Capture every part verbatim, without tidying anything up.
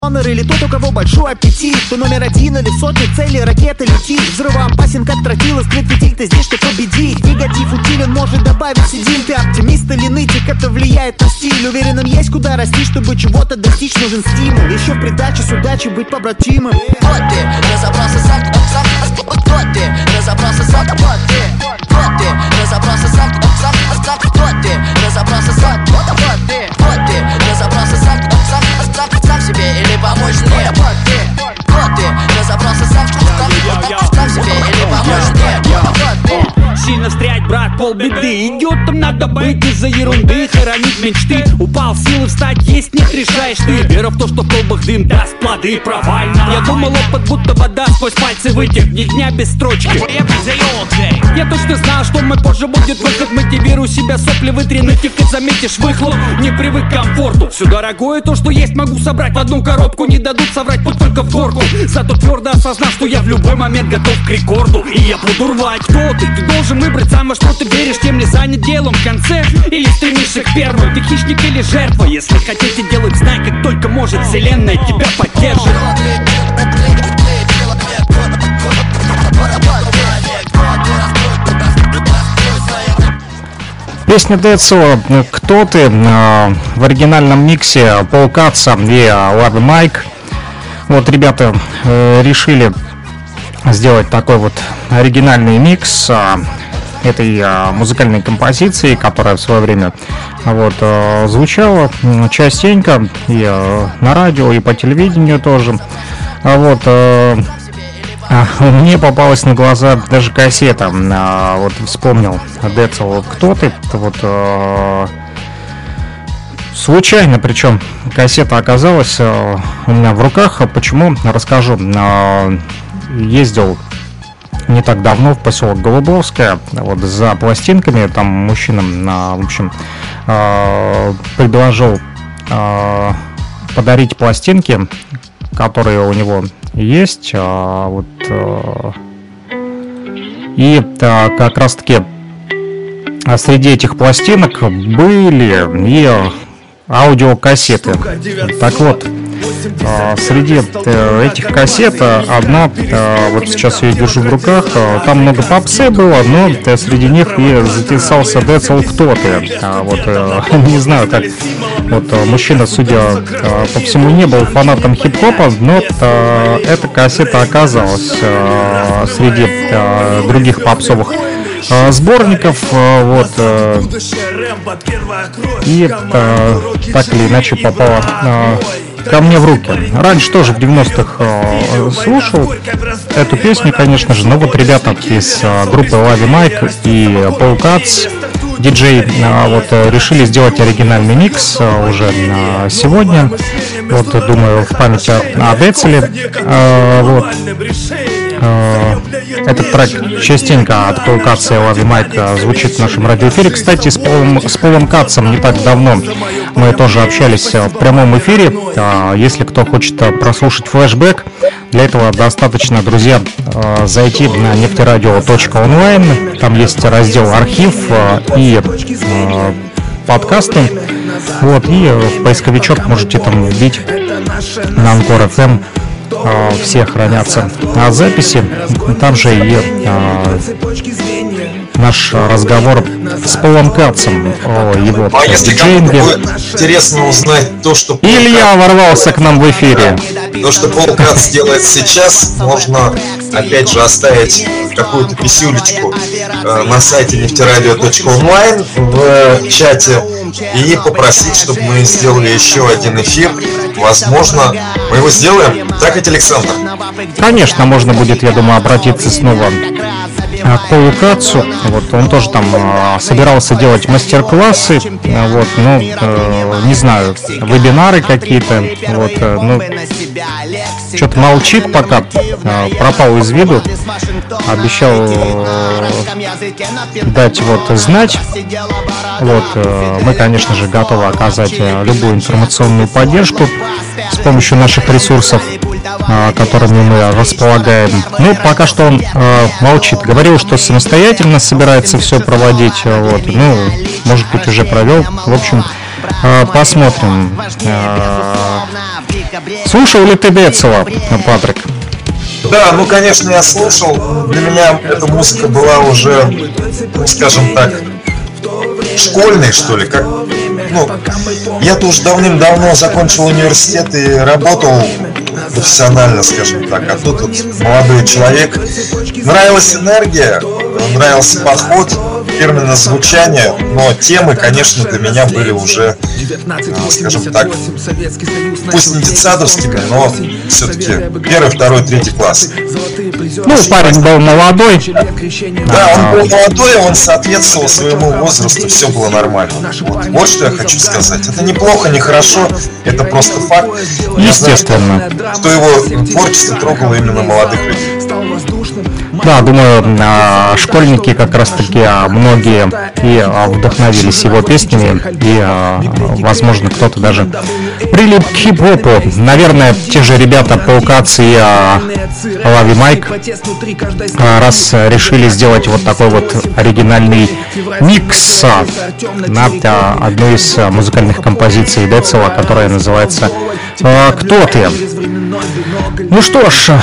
Или тот, у кого большой аппетит, то номер один или в сотни цели ракеты летит. Взрывоопасен, как тротила, скрыт фитиль, ты здесь, чтобы победить. Негатив утилен, может добавить седин. Ты оптимист или нытик, это влияет на стиль. Уверенным есть куда расти, чтобы чего-то достичь, нужен стимул. Еще в придаче с удачей быть побратимым. Вот ты, разобрался сам, сам, вот ты, разобрался сам, вот ты, вот ты, разобрался сам, сам, сам, вот ты, разобрался сам, вот ты, вот ты, разобрался сам, сам, сам, сам себе или помочь мне, вот ты, вот ты, разобрался сам, сам себе или помочь мне, вот ты. Сильно встрять, брат, полбеды. Идиотом надо быть из-за ерунды, хоронить мечты. Упал, силы встать, есть нет, решаешь ты. Вера в то, что в колбах дым даст плоды, провально. Я думал, опыт будто вода сквозь пальцы вытек, ни дня без строчки. Я точно знал, что мой позже будет выход. Мотивирую себя, сопли вытри, натик, ты заметишь выхлоп. Не привык к комфорту. Все дорогое, то, что есть, могу собрать в одну коробку. Не дадут соврать, пусть только в горку. Зато твердо осознав, что я в любой момент готов к рекорду. И я буду рвать. Кто ты? Ты должен выбрать сам, во что ты веришь. Тем ли занят делом в конце, или стремишься к первому. Ты хищник или жертва? Если хотите делать, знай, как только может вселенная тебя поддержит. Песня Децл «Кто ты?» в оригинальном миксе Пол Катса и Лави Майк. Вот ребята решили сделать такой вот оригинальный микс этой музыкальной композиции, которая в свое время вот звучала частенько и на радио, и по телевидению тоже. Вот мне попалась на глаза даже кассета. Вот вспомнил Децл «Кто ты?» Вот случайно, причем кассета оказалась у меня в руках. Почему? Расскажу. Ездил не так давно в поселок Голубовское вот за пластинками. Там мужчина, в общем, предложил подарить пластинки, которые у него есть. Вот, и как раз таки среди этих пластинок были и аудиокассеты. Так вот, среди этих кассет одна, вот сейчас я ее держу в руках, там много попсы было, но среди них и затесался Децл «Кто ты?». Вот, не знаю, как вот мужчина, судя по всему, не был фанатом хип-хопа, но эта кассета оказалась среди других попсовых сборников, вот, и так или иначе попала ко мне в руки. Раньше тоже в девяностых слушал эту песню, конечно же, но вот ребята из группы Лави Майк и Пол Катс, диджей, вот, решили сделать оригинальный микс уже сегодня. Вот, думаю, в память о Децеле. Вот. Этот трек частенько от Пол Катса и Лави Майк звучит в нашем радиоэфире. Кстати, с Полом, с Полом Катсом не так давно мы тоже общались в прямом эфире. Если кто хочет прослушать флешбэк, для этого достаточно, друзья, зайти на нефтерадио точка онлайн. Там есть раздел «Архив» и подкасты. Вот, и в поисковичок можете там вбить на Анкор эф эм. Все хранятся на записи. Там же и а, наш разговор с Полом Катсом о его а если диджеинге. Интересно узнать то, что Пол Илья Катс... ворвался к нам в эфире. То, что Пол Катс делает сейчас, можно опять же оставить какую-то писюлечку э, на сайте нефтерадио точка онлайн в чате и попросить, чтобы мы сделали еще один эфир. Возможно, мы его сделаем. Так ведь, Александр? Конечно, можно будет, я думаю, обратиться снова к Полу Катсу. Вот, он тоже там э, собирался делать мастер-классы, э, вот, ну, э, не знаю, вебинары какие-то, вот, э, ну, что-то молчит пока, э, пропал из виду, обещал э, дать вот знать. Вот, э, мы, конечно же, готовы оказать любую информационную поддержку с помощью наших ресурсов, э, которыми мы располагаем. Ну, пока что он э, молчит. Говорил, что самостоятельно собирается все проводить. Вот, ну, может быть, уже провел. В общем, Э, посмотрим. Э, слушал ли ты Децела, Патрик? Да, ну конечно я слушал. Для меня эта музыка была уже, ну, скажем так, школьной, что ли, как. Ну, я-то уже давным-давно закончил университет и работал профессионально, скажем так, а тут вот молодой человек. Нравилась энергия, нравился подход, фирменное звучание, но темы, конечно, для меня были уже, скажем так, пусть не детсадовскими, но все-таки первый, второй, третий класс. Ну, парень был молодой. Да, он был молодой, он соответствовал своему возрасту, все было нормально. Вот, вот что я хочу сказать. Это неплохо, не хорошо, это просто факт. Естественно. Я знаю, что его творчество трогало именно молодых людей. Да, думаю, школьники как раз-таки многие и вдохновились его песнями, и, возможно, кто-то даже прилип к хип-хопу. Наверное, те же ребята Паукац и Лави Майк, раз решили сделать вот такой вот оригинальный микс на одну из музыкальных композиций Децела, которая называется «Кто ты?». Ну что ж,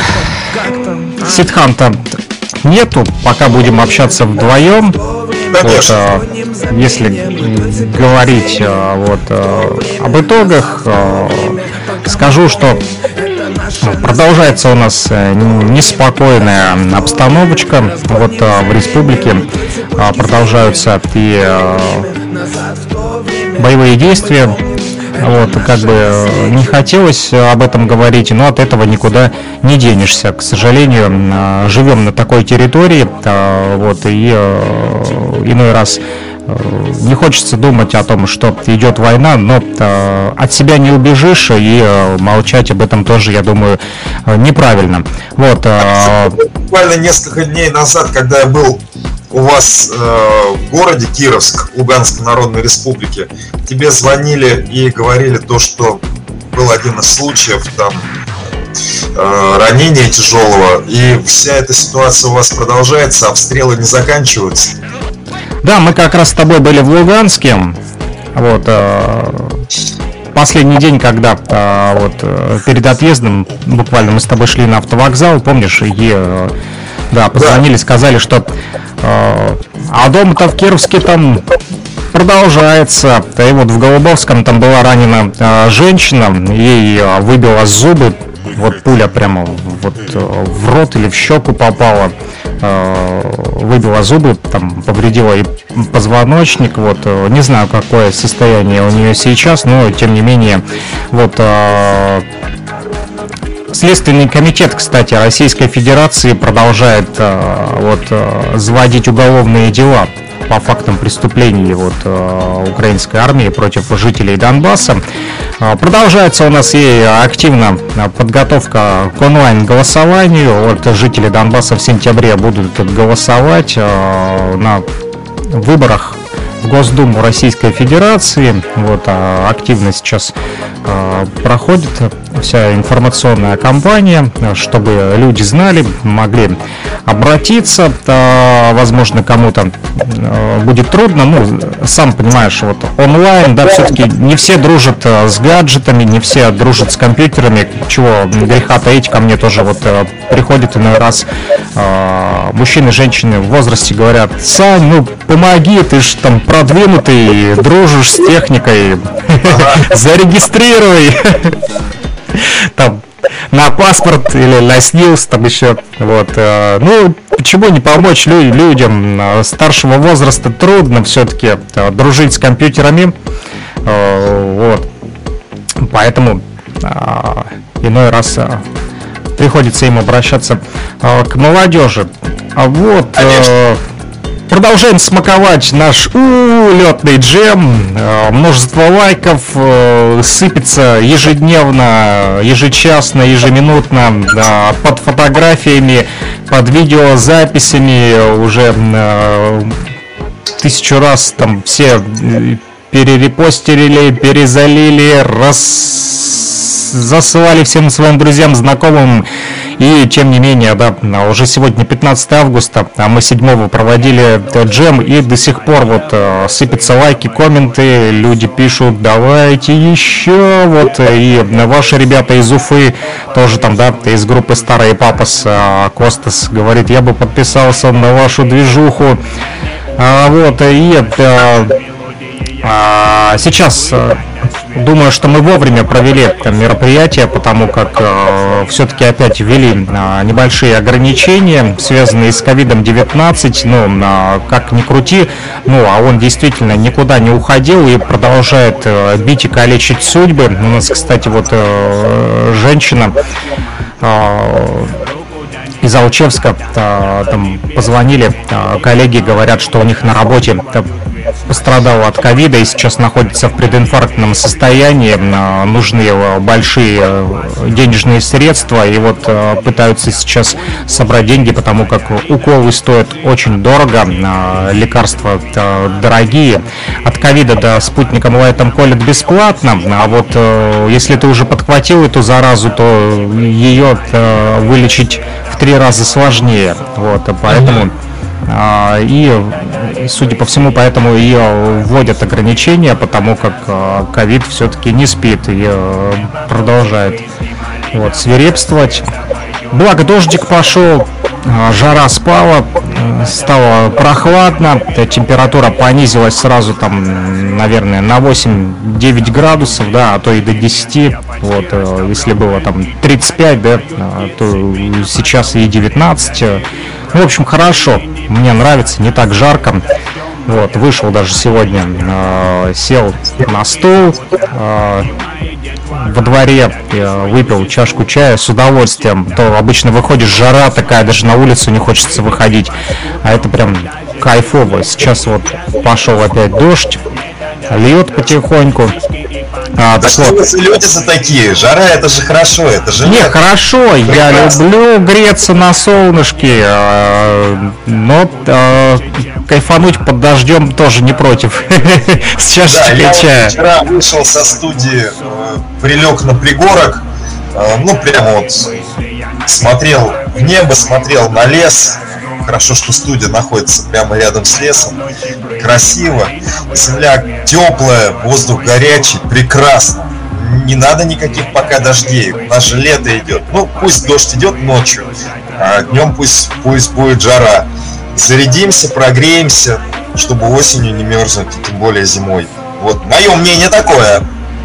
Сидханта нету, пока будем общаться вдвоем. Вот, а, если говорить а, вот, а, об итогах, а, скажу, что продолжается у нас неспокойная обстановочка. Вот а, в республике а, продолжаются и а, боевые действия. Вот, как бы не хотелось об этом говорить, но от этого никуда не денешься. К сожалению, живем на такой территории, вот, и иной раз не хочется думать о том, что идет война, но от себя не убежишь, и молчать об этом тоже, я думаю, неправильно. Вот. Буквально несколько дней назад, когда я был у вас э, в городе Кировск, Луганской Народной Республики, тебе звонили и говорили то, что был один из случаев там э, ранения тяжелого, и вся эта ситуация у вас продолжается, обстрелы не заканчиваются. Да, мы как раз с тобой были в Луганске. Вот э, последний день, когда э, вот э, перед отъездом буквально мы с тобой шли на автовокзал, помнишь, и э, да, позвонили, сказали, что а дом-то в Кировске там продолжается. И вот в Голубовском там была ранена а, женщина, ей а, выбила зубы, вот пуля прямо вот в рот или в щеку попала, а, выбила зубы, там повредила и позвоночник. Вот не знаю, какое состояние у нее сейчас, но тем не менее вот. А, Следственный комитет, кстати, Российской Федерации продолжает э, вот, э, заводить уголовные дела по фактам преступлений вот, э, украинской армии против жителей Донбасса. Э, продолжается у нас и активно подготовка к онлайн-голосованию. Вот, жители Донбасса в сентябре будут голосовать э, на выборах в Госдуму Российской Федерации. Вот, а активно сейчас а, проходит вся информационная кампания, чтобы люди знали, могли обратиться. А, возможно, кому-то а, будет трудно. Ну, сам понимаешь, вот онлайн, да, все-таки не все дружат с гаджетами, не все дружат с компьютерами. Чего греха таить, ко мне тоже вот приходит иной раз а, мужчины, женщины в возрасте говорят: Сань, ну помоги, ты ж там продвинутый, дружишь с техникой, зарегистрируй там на паспорт или на СНИЛС там еще. Вот. Ну, почему не помочь людям старшего возраста? Трудно все-таки дружить с компьютерами. Вот. Поэтому иной раз приходится им обращаться к молодежи. А вот. Конечно. Продолжаем смаковать наш улетный джем. Множество лайков сыпется ежедневно, ежечасно, ежеминутно под фотографиями, под видеозаписями. Уже тысячу раз там все перерепостили, перезалили, рас... засылали всем своим друзьям, знакомым И тем не менее, да, уже сегодня пятнадцатое августа, а мы седьмого проводили джем, и до сих пор вот сыпятся лайки, комменты, люди пишут, давайте еще, вот, и ваши ребята из Уфы тоже там, да, из группы Старый Папас, Костас говорит, я бы подписался на вашу движуху, а, вот, и а, сейчас думаю, что мы вовремя провели это мероприятие, потому как э, все-таки опять ввели э, небольшие ограничения, связанные с ковид девятнадцать. Ну, э, как ни крути, ну, а он действительно никуда не уходил и продолжает э, бить и калечить судьбы. У нас, кстати, вот э, женщина э, из Алчевска, э, там позвонили, э, коллеги говорят, что у них на работе э, пострадал от ковида и сейчас находится в прединфарктном состоянии, нужны большие денежные средства, и вот пытаются сейчас собрать деньги, потому как уколы стоят очень дорого, лекарства дорогие. От ковида до спутником лайтом колят бесплатно, а вот если ты уже подхватил эту заразу, то ее вылечить в три раза сложнее, вот, поэтому... И, судя по всему, поэтому ее вводят ограничения, потому как ковид все-таки не спит и продолжает вот, свирепствовать. Благо дождик пошел, жара спала, стало прохладно, температура понизилась сразу там, наверное, на восемь-девять градусов, да, а то и до десяти. Вот, если было там тридцать пять, да, то сейчас и девятнадцать. Ну, в общем, хорошо, мне нравится, не так жарко. Вот, вышел даже сегодня, э, сел на стул э, во дворе, э, выпил чашку чая с удовольствием. То обычно выходишь, жара такая, даже на улицу не хочется выходить. А это прям кайфово. Сейчас вот пошел опять дождь, льет потихоньку. А, да что вы за люди за такие? Жара, это же хорошо, это же... Не, хорошо, прекрасно. Я люблю греться на солнышке, но э, кайфануть под дождем тоже не против. С чашечкой да, чая. Я вчера вышел со студии, прилег на пригорок, ну прямо вот смотрел в небо, смотрел на лес. Хорошо, что студия находится прямо рядом с лесом. Красиво. Земля теплая, воздух горячий, прекрасно. Не надо никаких пока дождей. У нас же лето идет. Ну, пусть дождь идет ночью, а днем пусть, пусть будет жара. Зарядимся, прогреемся, чтобы осенью не мерзнуть, и тем более зимой. Вот, мое мнение такое.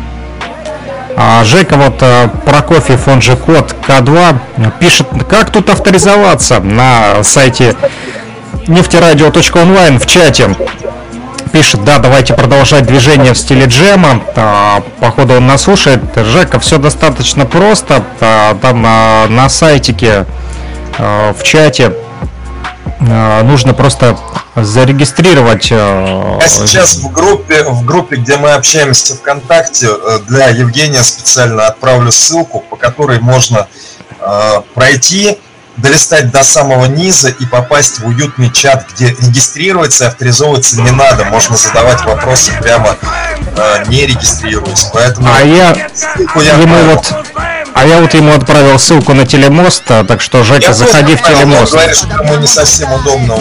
А Жека вот Прокофьев, он же код К два, пишет, как тут авторизоваться на сайте нефтерадио точка онлайн в чате. Пишет, да, давайте продолжать движение в стиле джема. А, походу он нас слушает. Жека, все достаточно просто. А, там а, на сайтике а, в чате а, нужно просто зарегистрировать. А... Я сейчас в группе, в группе, где мы общаемся ВКонтакте, для Евгения специально отправлю ссылку, по которой можно э, пройти, долистать до самого низа и попасть в уютный чат, где регистрироваться и авторизовываться не надо. Можно задавать вопросы прямо э, не регистрируясь. Поэтому а я, я ему вот, а я вот ему отправил ссылку на Телемост, так что, Жека, я заходи в Телемост. Говорит, что ему не совсем удобно.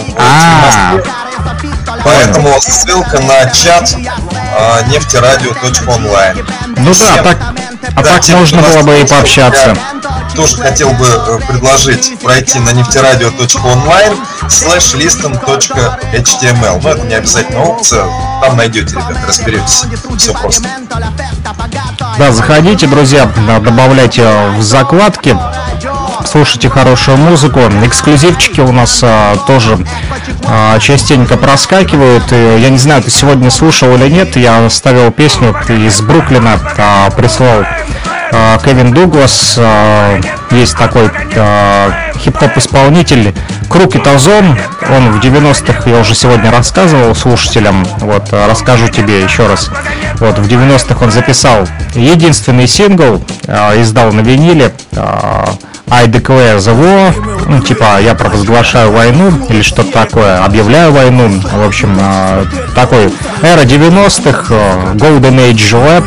Поэтому ссылка на чат э, нефтерадио точка онлайн. Ну всем, да, так, а да, так тем, можно было бы и пообщаться. Я тоже хотел бы предложить пройти на нефтерадио точка онлайн слэш листен точка эйч ти эм эл. Но это не обязательно опция. Там найдете, ребята, разберетесь. Все просто. Да, заходите, друзья, добавляйте в закладки. Слушайте хорошую музыку. Эксклюзивчики у нас а, тоже а, частенько проскакивают. И, я не знаю, ты сегодня слушал или нет. Я ставил песню из Бруклина, а, прислал а, Кевин Дуглас. А, есть такой а, хип-хоп исполнитель Crooked Ozone. Он в девяностых, я уже сегодня рассказывал слушателям. Вот, расскажу тебе еще раз. Вот, в девяностых он записал единственный сингл, а, издал на виниле. А, I declare the war, ну, типа, я провозглашаю войну, или что-то такое, объявляю войну, в общем, такой эра девяностых, Golden Age Rap,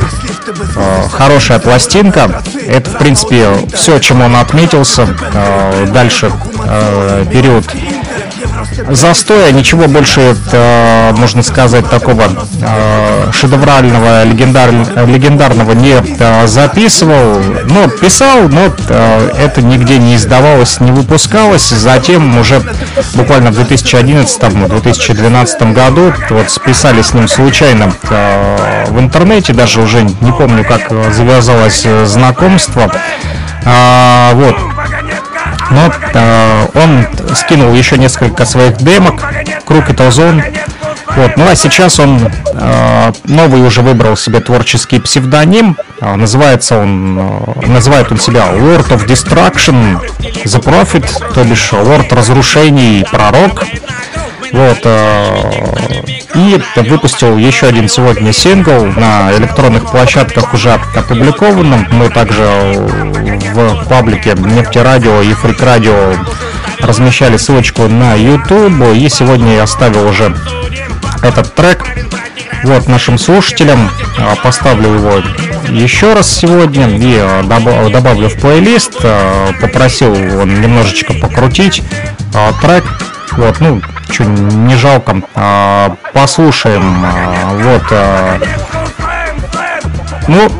Хорошая пластинка. Это, в принципе, все, чем он отметился. Дальше период застоя, ничего больше, э, можно сказать, такого э, шедеврального, легендар, легендарного не э, записывал. Но писал, но э, это нигде не издавалось, не выпускалось. Затем уже буквально в две тысячи одиннадцатом — две тысячи двенадцатом году вот списали с ним случайно э, в интернете, даже уже не помню, как завязалось знакомство. Э, вот. Но э, он скинул еще несколько своих демок, Crooked Ozone. Вот. Ну а сейчас он э, новый уже выбрал себе творческий псевдоним. Э, называется он, э, называет он себя Lord of Destruction, The Prophet, то бишь Лорд разрушений, пророк. Вот, э, и выпустил еще один сегодня сингл на электронных площадках, уже опубликованном. Мы также в паблике Нефтерадио и Фрик Радио размещали ссылочку на YouTube, и сегодня я оставил уже этот трек вот нашим слушателям. Поставлю его еще раз сегодня и добавлю в плейлист. Попросил он немножечко покрутить трек. Вот, ну, что, не жалко. А, послушаем. А, вот. А, ну,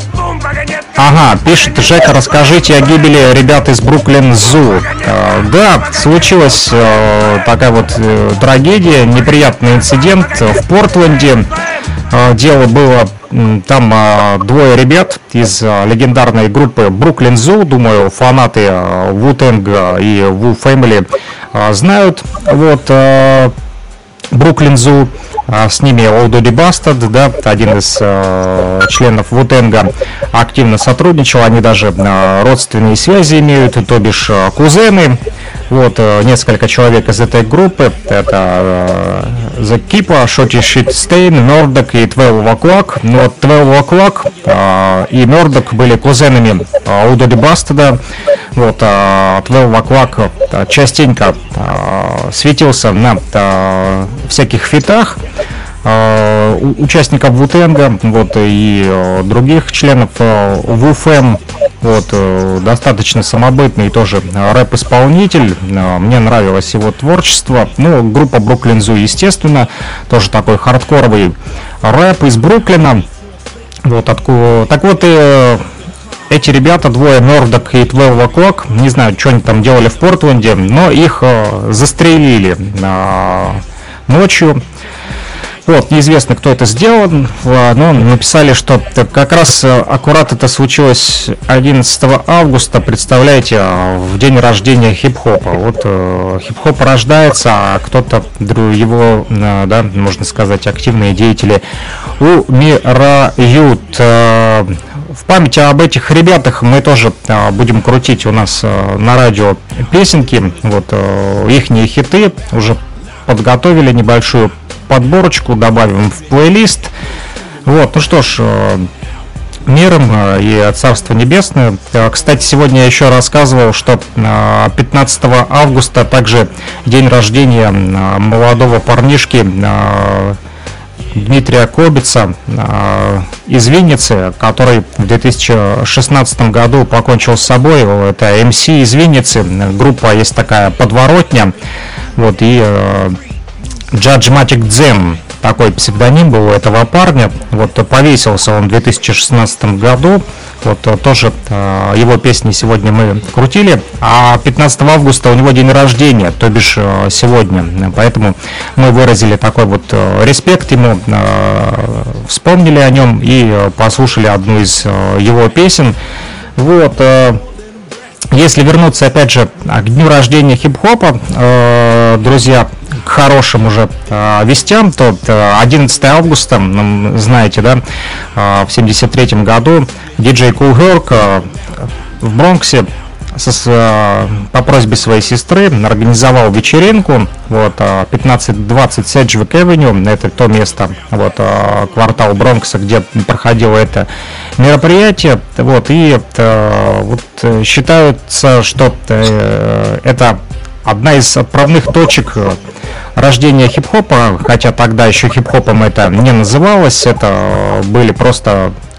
ага, пишет Жека, расскажите о гибели ребят из Бруклин Зу. А, да, случилась а, такая вот а, трагедия, неприятный инцидент в Портленде. А, дело было, там а, двое ребят из а, легендарной группы Бруклин Зу, думаю, фанаты а, Wu-Tang и Wu Family знают. Вот Бруклин Зу, с ними Old Dirty Bastard, да, один из э, членов Wu-Tang, активно сотрудничал. Они даже э, родственные связи имеют, то бишь э, кузены. Вот э, несколько человек из этой группы. Это э, The Keeper, Shotty Shit Stain, Murdock и twelve O'Clock. Ну вот twelve O'Clock э, и Murdock были кузенами э, Old Dirty Bastard. Вот э, twelve O'Clock э, частенько э, светился на э, всяких фитах э, участников Wu-Tang, вот, и э, других членов э, Wu-Fam. Вот, э, достаточно самобытный тоже рэп-исполнитель. Э, мне нравилось его творчество. Ну, группа Бруклин Зу, естественно, тоже такой хардкоровый рэп из Бруклина. Вот, откуда, так вот, и эти ребята, двое, Murdock и twelve O'Clock, не знаю, что они там делали в Портленде, но их э, застрелили э, ночью. Вот, неизвестно, кто это сделал, но написали, что как раз аккурат это случилось одиннадцатого августа, представляете, в день рождения хип-хопа. Вот э, хип-хоп рождается, а кто-то, его, э, да, можно сказать, активные деятели умирают. Э, в память об этих ребятах мы тоже э, будем крутить у нас э, на радио песенки, вот, э, ихние хиты, уже подготовили небольшую подборочку, добавим в плейлист. Вот, ну что ж, миром и Царство Небесное. Кстати, сегодня я еще рассказывал, что пятнадцатого августа также день рождения молодого парнишки Дмитрия Кобица из Винницы, который в две тысячи шестнадцатом году покончил с собой. Это эм си из Винницы, группа есть такая «Подворотня». Вот, и Judgmatic Дзен, такой псевдоним был у этого парня. Вот, повесился он в две тысячи шестнадцатом году. Вот, тоже э, его песни сегодня мы крутили. А пятнадцатого августа у него день рождения, то бишь э, сегодня. Поэтому мы выразили такой вот э, респект ему, э, вспомнили о нем и э, послушали одну из э, его песен. Вот, э, если вернуться опять же к дню рождения хип-хопа, э, друзья, к хорошим уже э, вестям, то э, одиннадцатого августа, ну, знаете, да, э, в семьдесят третьем году диджей Kool Herc э, в Бронксе со, э, по просьбе своей сестры организовал вечеринку, вот, э, пятнадцать двадцать Sedgwick Avenue, это то место, вот, э, квартал Бронкса, где проходило это мероприятие, вот, и э, вот, считается, что э, это одна из отправных точек рождения хип-хопа, хотя тогда еще хип-хопом это не называлось, это были просто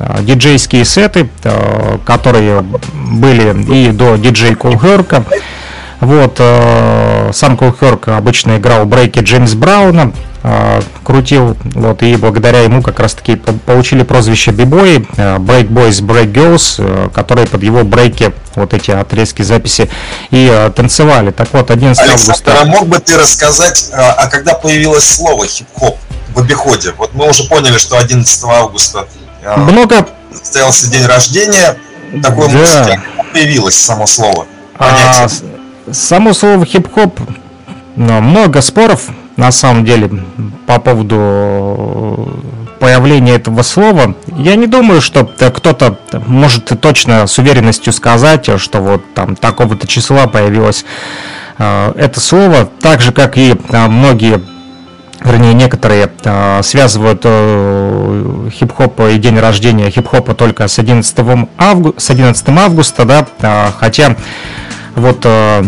диджейские сеты, которые были и до диджей Kool Herc. Вот, сам Kool Herc обычно играл брейки Джеймс Брауна, крутил, вот, и благодаря ему как раз-таки получили прозвище бибои, Break Boys, Break Girls, которые под его брейки, вот эти отрезки записи, и танцевали. Так вот, одиннадцатого августа... Александр, а мог бы ты рассказать, а когда появилось слово хип-хоп в обиходе? Вот мы уже поняли, что одиннадцатого августа много... состоялся день рождения такой да. музыки. Появилось само слово, понятие. А, само слово хип-хоп, ну, много споров, на самом деле, по поводу появления этого слова. Я не думаю, что кто-то может точно с уверенностью сказать, что вот там такого-то числа появилось э, это слово, так же, как и э, многие, вернее, некоторые э, связывают э, хип-хоп и день рождения хип-хопа только с одиннадцатым августа, да, э, хотя вот... Э,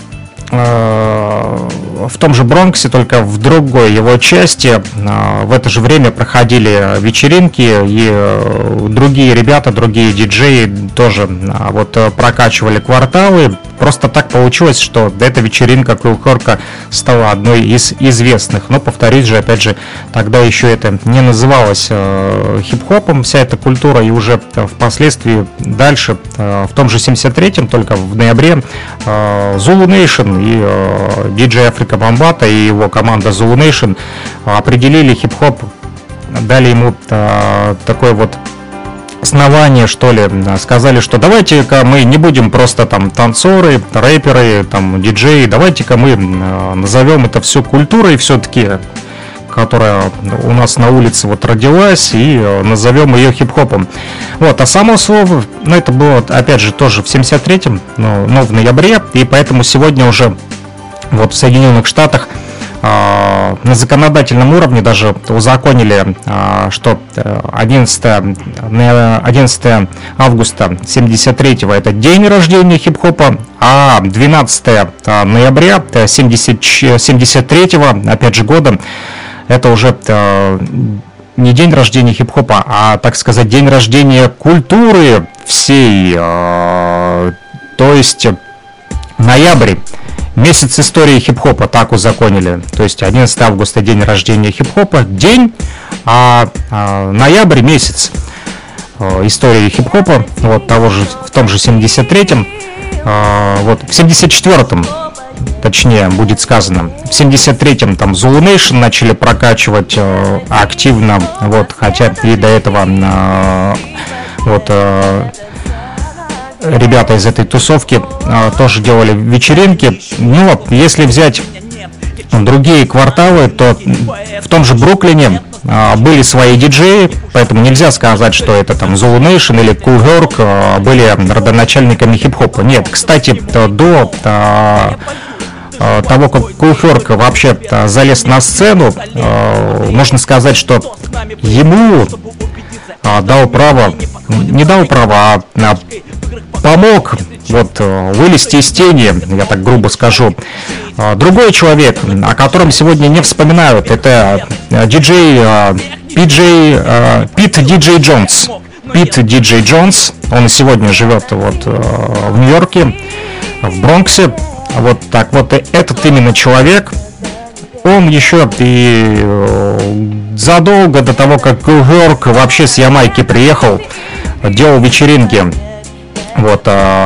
в том же Бронксе, только в другой его части, в это же время проходили вечеринки, и другие ребята, другие диджеи тоже вот прокачивали кварталы. Просто так получилось, что эта вечеринка Kool Herc стала одной из известных. Но, повторюсь же, опять же, тогда еще это не называлось хип-хопом, вся эта культура, и уже впоследствии дальше, в том же семьдесят третьем, только в ноябре, Zulu Nation и диджей Африка Бамбата и его команда Zulu Nation определили хип-хоп, дали ему такой вот основание, что ли, сказали, что давайте-ка мы не будем просто там танцоры, рэперы, там диджеи, давайте-ка мы назовем это все культурой все-таки, которая у нас на улице вот родилась, и назовем ее хип-хопом. Вот, а само слово, ну, это было, опять же, тоже в семьдесят третьем, но, но в ноябре, и поэтому сегодня уже вот в Соединенных Штатах э, на законодательном уровне даже узаконили, э, что одиннадцатого августа семьдесят третьего это день рождения хип-хопа, а двенадцатого ноября семьдесят третьего, опять же, года, это уже э, не день рождения хип-хопа, а, так сказать, день рождения культуры всей, э, то есть ноябрь. Месяц истории хип-хопа, так узаконили. То есть одиннадцатого августа день рождения хип-хопа, день, а, а ноябрь месяц а, истории хип-хопа, вот того же, в том же семьдесят третьем, а, вот в семьдесят четвёртом, точнее, будет сказано, в семьдесят третьем там Zulu Nation начали прокачивать а, активно, вот, хотя и до этого а, вот а, ребята из этой тусовки а, тоже делали вечеринки. Ну, если взять другие кварталы, то в том же Бруклине а, были свои диджеи, поэтому нельзя сказать, что это там Zulu Nation или Kool Herc а, были родоначальниками хип-хопа. Нет, кстати, до а, а, того, как Kool Herc вообще а, залез на сцену, а, можно сказать, что ему а, дал право, не дал право, а, а помог вот вылезти из тени, я так грубо скажу, другой человек, о котором сегодня не вспоминают, это диджей Пиджей, Пит Диджей Джонс. Пит Диджей Джонс, он сегодня живет вот в Нью-Йорке, в Бронксе. Вот так вот, этот именно человек, он еще и задолго до того, как Kool Herc вообще с Ямайки приехал, делал вечеринки вот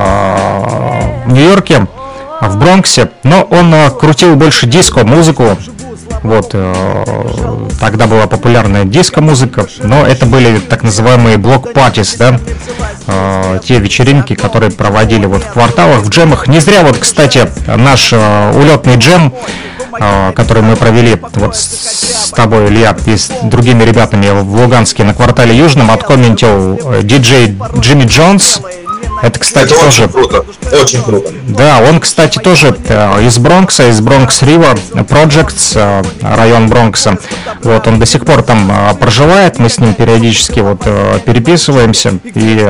в Нью-Йорке, в Бронксе, но он крутил больше диско-музыку. Вот тогда была популярная диско-музыка, но это были так называемые блок-партис, да, те вечеринки, которые проводили вот в кварталах, в джемах. Не зря вот, кстати, наш улетный джем, который мы провели вот с тобой, Илья, и с другими ребятами в Луганске на квартале Южном, откомментил диджей Джимми Джонс. Это, кстати, это тоже... Очень круто, очень круто. Да, он, кстати, тоже э, из Бронкса, из Бронкс Ривер Projects, э, район Бронкса. Вот, он до сих пор там э, проживает, мы с ним периодически вот э, переписываемся. И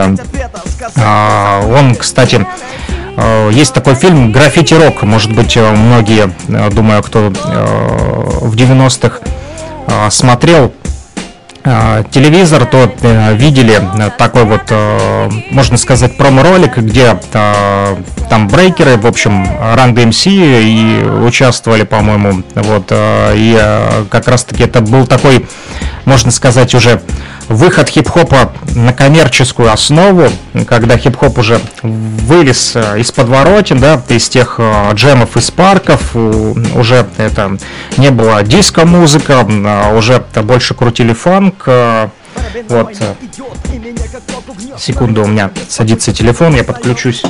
э, он, кстати, э, есть такой фильм «Граффити-рок», может быть, многие, э, думаю, кто э, в девяностых э, смотрел. телевизор, то видели такой вот, можно сказать, промо-ролик, где там брейкеры, в общем, Run ди эм си и участвовали, по-моему, вот, и как раз-таки это был такой, можно сказать, уже выход хип-хопа на коммерческую основу, когда хип-хоп уже вылез из подворотен, да, из тех джемов, из парков, уже это не было диско-музыка, уже больше крутили фанк. Вот, секунду, у меня садится телефон, я подключусь.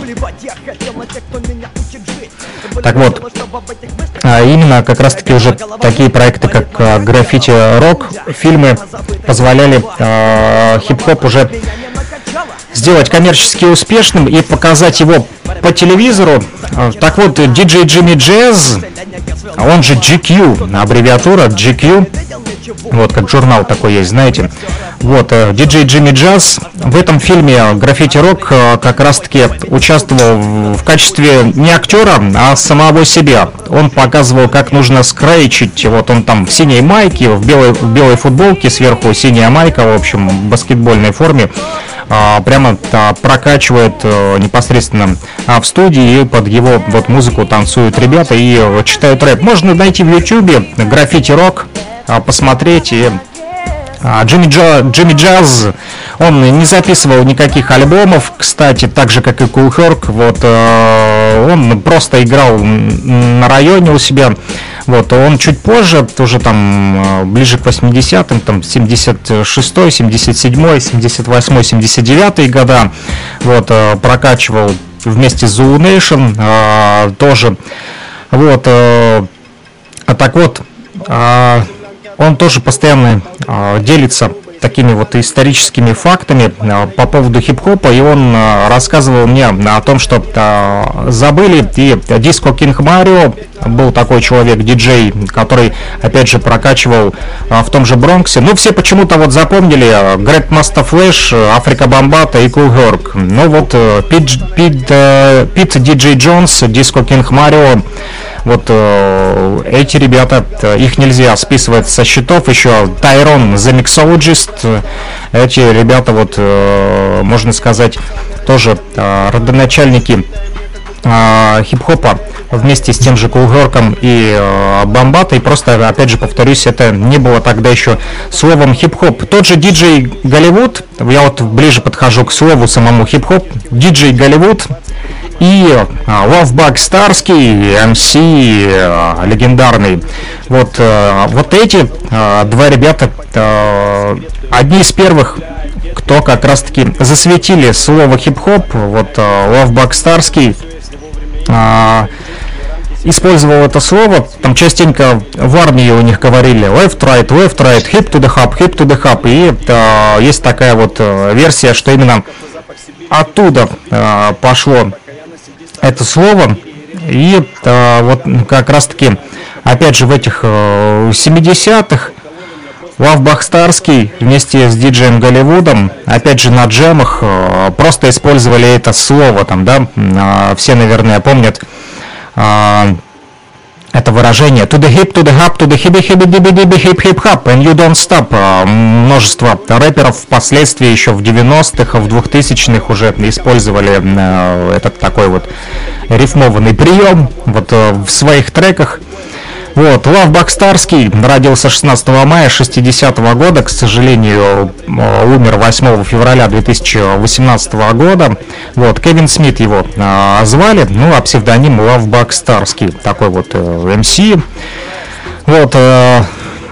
Так вот, именно как раз-таки уже такие проекты, как граффити-рок, фильмы позволяли э, хип-хоп уже сделать коммерчески успешным и показать его по телевизору. Так вот, диджей Джимми Джаз, он же джи кью, аббревиатура джи кью, вот как журнал такой есть, знаете. Вот, диджей Джимми Джаз в этом фильме «Граффити-рок» как раз-таки участвовал в качестве не актера, а самого себя. Он показывал, как нужно скрейчить. Вот он там в синей майке, в белой, в белой футболке, сверху синяя майка, в общем, в баскетбольной форме. Прямо прокачивает непосредственно в студии, и под его вот музыку танцуют ребята и читают рэп. Можно найти в ютубе «Граффити-рок», посмотреть. И Джимми, Джо, Джимми Джаз, он не записывал никаких альбомов, кстати, так же, как и Kool Herc, вот, он просто играл на районе у себя, вот, он чуть позже, тоже там, ближе к восьмидесятым, там, семьдесят шестой, семьдесят седьмой, семьдесят восьмой, семьдесят девятый года, вот, прокачивал вместе с Zulu Nation, тоже, вот, так вот, он тоже постоянно э, делится такими вот историческими фактами э, по поводу хип-хопа, и он э, рассказывал мне о том, что э, забыли, и Disco King Mario был такой человек, диджей, который, опять же, прокачивал э, в том же Бронксе. Ну, все почему-то вот запомнили Great Master Flash, Afrika Bambaataa и Kool Herc. Ну, вот э, Pete, Pete, э, Pete диджей Джонс, Disco King Mario, вот э, эти ребята, их нельзя списывать со счетов. Еще Тайрон The Mixologist, эти ребята, вот э, можно сказать, тоже э, родоначальники э, хип-хопа вместе с тем же Kool Herc и э, Бамбаатой. Просто, опять же, повторюсь, это не было тогда еще словом хип-хоп. Тот же диджей Голливуд, я вот ближе подхожу к слову самому хип-хоп, диджей Голливуд и Lovebug Starski, эм си э, легендарный. Вот, э, вот эти э, два ребята, э, одни из первых, кто как раз-таки засветили слово хип-хоп. Вот э, Lovebug Starski э, использовал это слово, там частенько в армии у них говорили left, right, left, right, hip to the hub, hip to the hub. И э, есть такая вот э, версия, что именно оттуда э, пошло это слово, и э, вот как раз таки, опять же, в этих э, семидесятых Lovebug Starski вместе с диджеем Голливудом, опять же, на джемах э, просто использовали это слово, там, да, э, все, наверное, помнят э, это выражение to the hip, to the hop, to the hibby, hibby, dibby, dibby, hip, hip, hop, and you don't stop. Множество рэперов впоследствии еще в девяностых, в двухтысячных уже использовали этот такой вот рифмованный прием вот в своих треках. Вот, Lovebug Starski родился шестнадцатого мая шестидесятого года, к сожалению, умер восьмого февраля две тысячи восемнадцатого года. Вот, Кевин Смит его э, звали, ну, а псевдоним Lovebug Starski, такой вот э, эм си. Вот, э,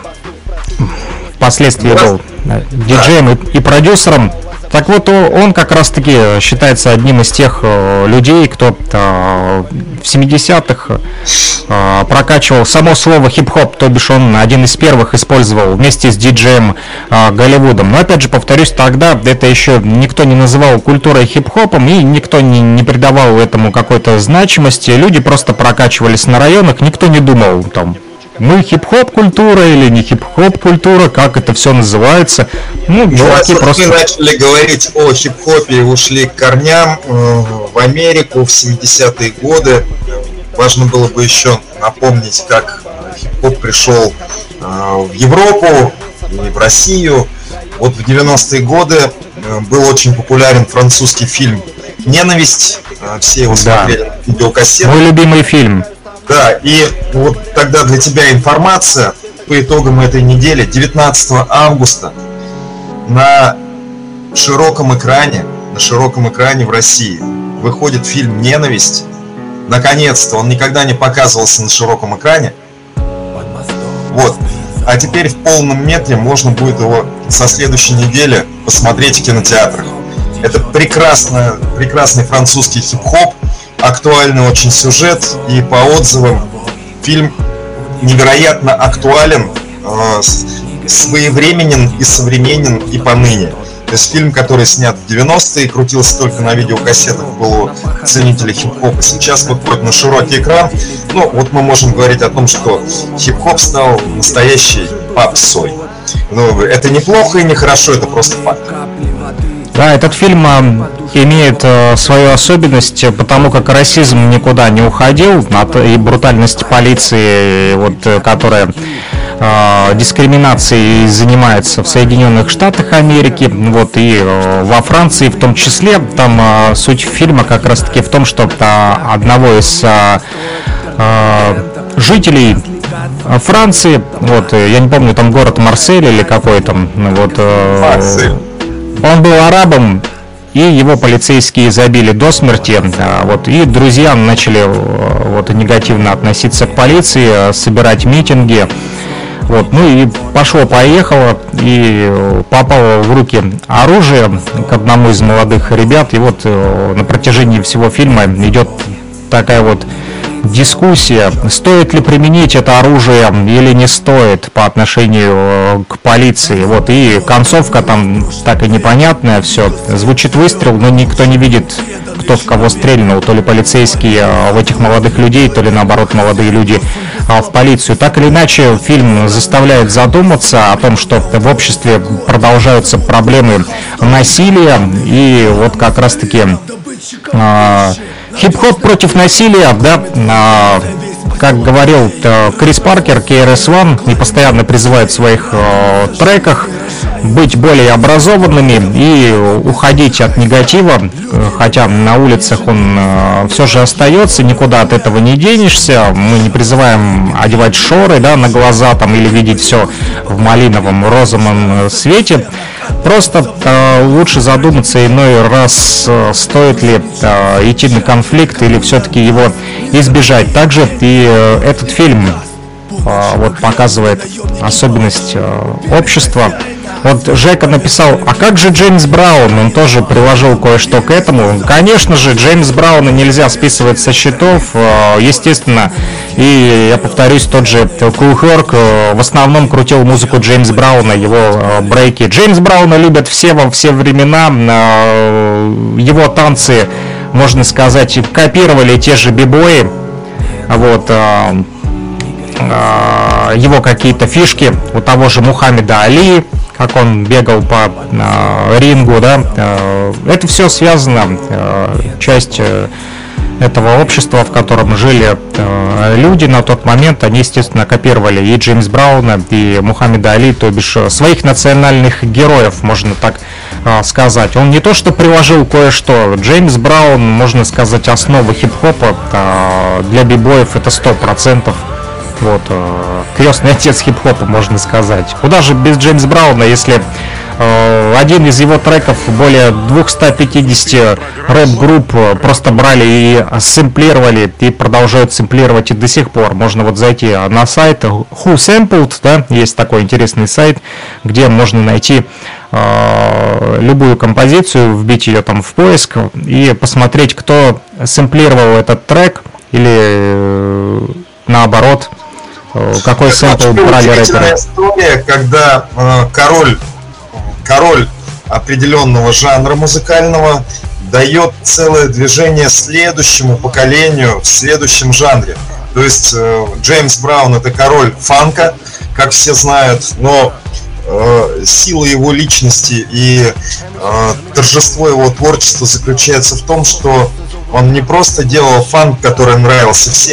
впоследствии был э, диджеем и, и продюсером. Так вот, он как раз-таки считается одним из тех э, людей, кто э, в семидесятых э, прокачивал само слово хип-хоп, то бишь он один из первых использовал вместе с диджеем э, Голливудом. Но опять же, повторюсь, тогда это еще никто не называл культурой хип-хопом, и никто не, не придавал этому какой-то значимости. Люди просто прокачивались на районах, никто не думал там, мы хип-хоп культура или не хип-хоп культура, как это все называется. Ну, ну чуваки, а просто... мы начали говорить о хип-хопе и ушли к корням э, в Америку в семидесятые годы. Важно было бы еще напомнить, как хип-хоп пришел э, в Европу и в Россию. вот в девяностые годы был очень популярен французский фильм «Ненависть». Все его смотрели на видеокассетах. Мой любимый фильм. Да, и вот тогда для тебя информация по итогам этой недели. девятнадцатого августа на широком экране, на широком экране в России выходит фильм «Ненависть». Наконец-то, он никогда не показывался на широком экране. Вот. А теперь в полном метре можно будет его со следующей недели посмотреть в кинотеатрах. Это прекрасно, прекрасный французский хип-хоп, актуальный очень сюжет, и по отзывам фильм невероятно актуален, э, своевременен и современен и поныне. То есть фильм, который снят в девяностые, крутился только на видеокассетах, был у ценителей хип-хопа. Сейчас выходит на широкий экран. Ну, вот мы можем говорить о том, что хип-хоп стал настоящей попсой. Ну, это неплохо и не хорошо, это просто факт. Да, этот фильм имеет свою особенность, потому как расизм никуда не уходил, и брутальность полиции, вот, которая дискриминацией занимается в Соединенных Штатах Америки, вот, и во Франции в том числе. Там суть фильма как раз таки в том, что одного из жителей Франции, вот, я не помню, там город Марсель или какой там, вот, он был арабом, и его полицейские забили до смерти, вот, и друзья начали вот негативно относиться к полиции, собирать митинги. Вот, ну и пошло-поехало, и попало в руки оружие к одному из молодых ребят, и вот на протяжении всего фильма идет такая вот дискуссия, стоит ли применить это оружие или не стоит по отношению к полиции. Вот, и концовка там так и непонятная, все, звучит выстрел, но никто не видит, кто в кого стрельнул, то ли полицейские в этих молодых людей, то ли наоборот молодые люди в полицию. Так или иначе, фильм заставляет задуматься о том, что в обществе продолжаются проблемы насилия, и вот как раз таки э, хип-хоп против насилия, да, э, как говорил э, Крис Паркер, кей ар эс один, и постоянно призывает в своих э, треках быть более образованными и уходить от негатива, хотя на улицах он э, все же остается, никуда от этого не денешься. Мы не призываем одевать шоры, да, на глаза там, или видеть все в малиновом, розовом свете. Просто э, лучше задуматься иной раз, э, стоит ли э, идти на конфликт или все-таки его избежать. Также и э, этот фильм э, вот показывает особенность э, общества. Вот Жека написал, а как же Джеймс Браун? Он тоже приложил кое-что к этому. Конечно же, Джеймс Брауна нельзя списывать со счетов, естественно. И я повторюсь, тот же Kool Herc в основном крутил музыку Джеймса Брауна, его брейки. Джеймс Брауна любят все во все времена. Его танцы, можно сказать, копировали те же бибои. Вот. Его какие-то фишки у того же Мухаммеда Али, как он бегал по э, рингу, да, э, это все связано, э, часть э, этого общества, в котором жили э, люди на тот момент, они, естественно, копировали и Джеймс Брауна, и Мухаммеда Али, то бишь своих национальных героев, можно так э, сказать. Он не то что приложил кое-что, Джеймс Браун, можно сказать, основа хип-хопа э, для бибоев, это сто процентов. Вот, э, крестный отец хип-хопа, можно сказать. Куда же без Джеймса Брауна, если э, один из его треков более двести пятьдесят рэп-групп просто брали и сэмплировали, и продолжают сэмплировать и до сих пор. Можно вот зайти на сайт Who Sampled, да, есть такой интересный сайт, где можно найти э, любую композицию, вбить ее там в поиск и посмотреть, кто сэмплировал этот трек, или э, наоборот, какой сэмпл брали рэперы. История, когда э, король, король определенного жанра музыкального дает целое движение следующему поколению в следующем жанре. То есть э, Джеймс Браун — это король фанка, как все знают, но э, сила его личности и э, торжество его творчества заключается в том, что он не просто делал фанк, который нравился всем,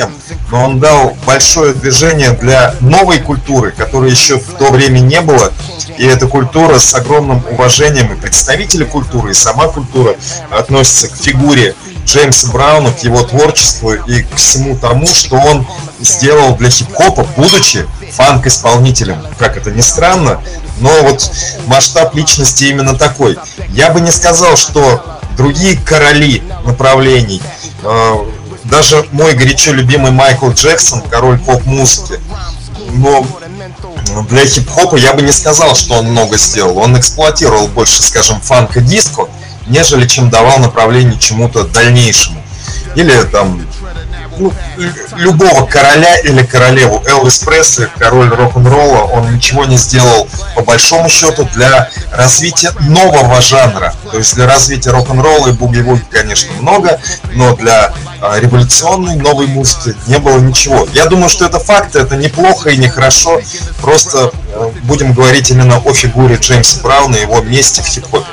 но он дал большое движение для новой культуры, которой еще в то время не было. И эта культура с огромным уважением, и представители культуры, и сама культура относится к фигуре Джеймса Брауна, к его творчеству и к всему тому, что он сделал для хип-хопа, будучи фанк-исполнителем. Как это ни странно, но вот масштаб личности именно такой. Я бы не сказал, что другие короли направлений, э, даже мой горячо любимый Майкл Джексон, король поп-музыки, но для хип-хопа я бы не сказал, что он много сделал. Он эксплуатировал больше, скажем, фанк и диско, нежели чем давал направление чему-то дальнейшему. Или там, ну, любого короля или королеву. Элвис Пресли, король рок-н-ролла, он ничего не сделал по большому счету для развития нового жанра. То есть для развития рок-н-ролла и буги-вуги, конечно, много, но для а, революционной новой музыки не было ничего. Я думаю, что это факт, это неплохо и нехорошо. Просто а, будем говорить именно о фигуре Джеймса Брауна и его месте в хип-хопе.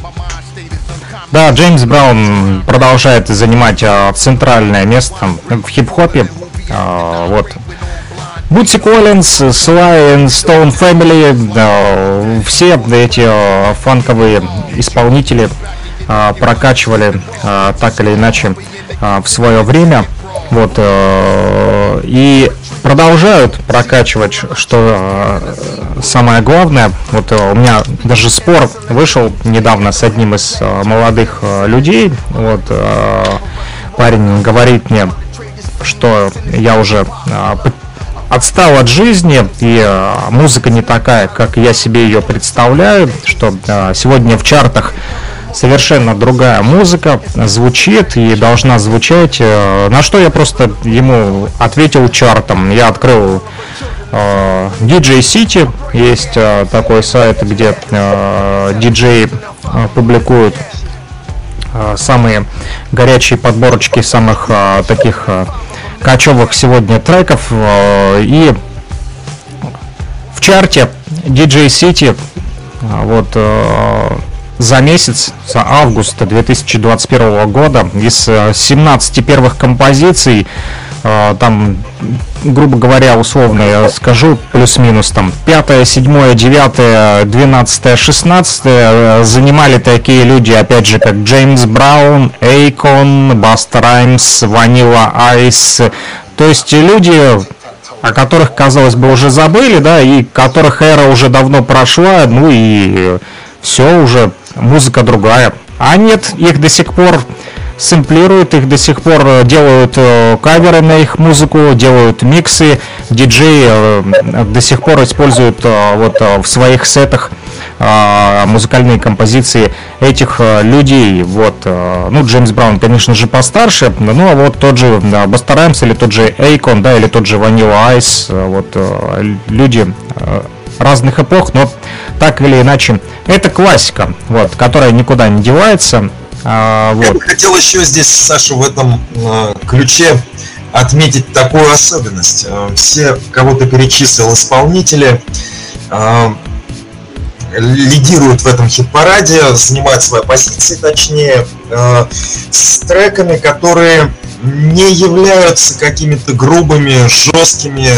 Да, Джеймс Браун продолжает занимать а, центральное место в хип-хопе. А, вот. Бутси Коллинз, Sly and Stone Family, а, все эти а, фанковые исполнители а, прокачивали а, так или иначе а, в свое время. Вот, а, и продолжают прокачивать, что э, самое главное. Вот э, у меня даже спор вышел недавно с одним из э, молодых э, людей. Вот, э, парень говорит мне, что я уже э, отстал от жизни, и э, музыка не такая, как я себе ее представляю, что э, сегодня в чартах совершенно другая музыка звучит и должна звучать. На что я просто ему ответил чартом. Я открыл э, ди джей City. Есть э, такой сайт, где э, диджеи э, публикуют э, самые горячие подборочки самых э, таких э, качевых сегодня треков. Э, и в чарте ди джей City э, вот э, за месяц, за август две тысячи двадцать первого года из семнадцати первых композиций, там, грубо говоря, условно я скажу, плюс-минус там пятое, седьмое, девятое, двенадцатое, шестнадцатое занимали такие люди, опять же, как Джеймс Браун, Akon, Busta Rhymes, Vanilla Ice. То есть люди, о которых, казалось бы, уже забыли, да, и которых эра уже давно прошла, ну и все уже, музыка другая. А нет, их до сих пор сэмплируют, их до сих пор делают э, каверы на их музыку, делают миксы. Диджеи э, до сих пор используют э, вот, э, в своих сетах э, музыкальные композиции этих э, людей. Вот, э, ну, Джеймс Браун, конечно же, постарше, ну, а вот тот же да, Busta Rhymes или тот же Akon, да, или тот же Vanilla Ice, э, вот, э, люди э, разных эпох, но так или иначе это классика, вот, которая никуда не девается. А, вот. Я бы хотел еще здесь, Саша, в этом э, ключе отметить такую особенность. Э, все, кого ты перечислил, исполнители э, лидируют в этом хит-параде, занимают свои позиции, точнее, э, с треками, которые не являются какими-то грубыми, жесткими,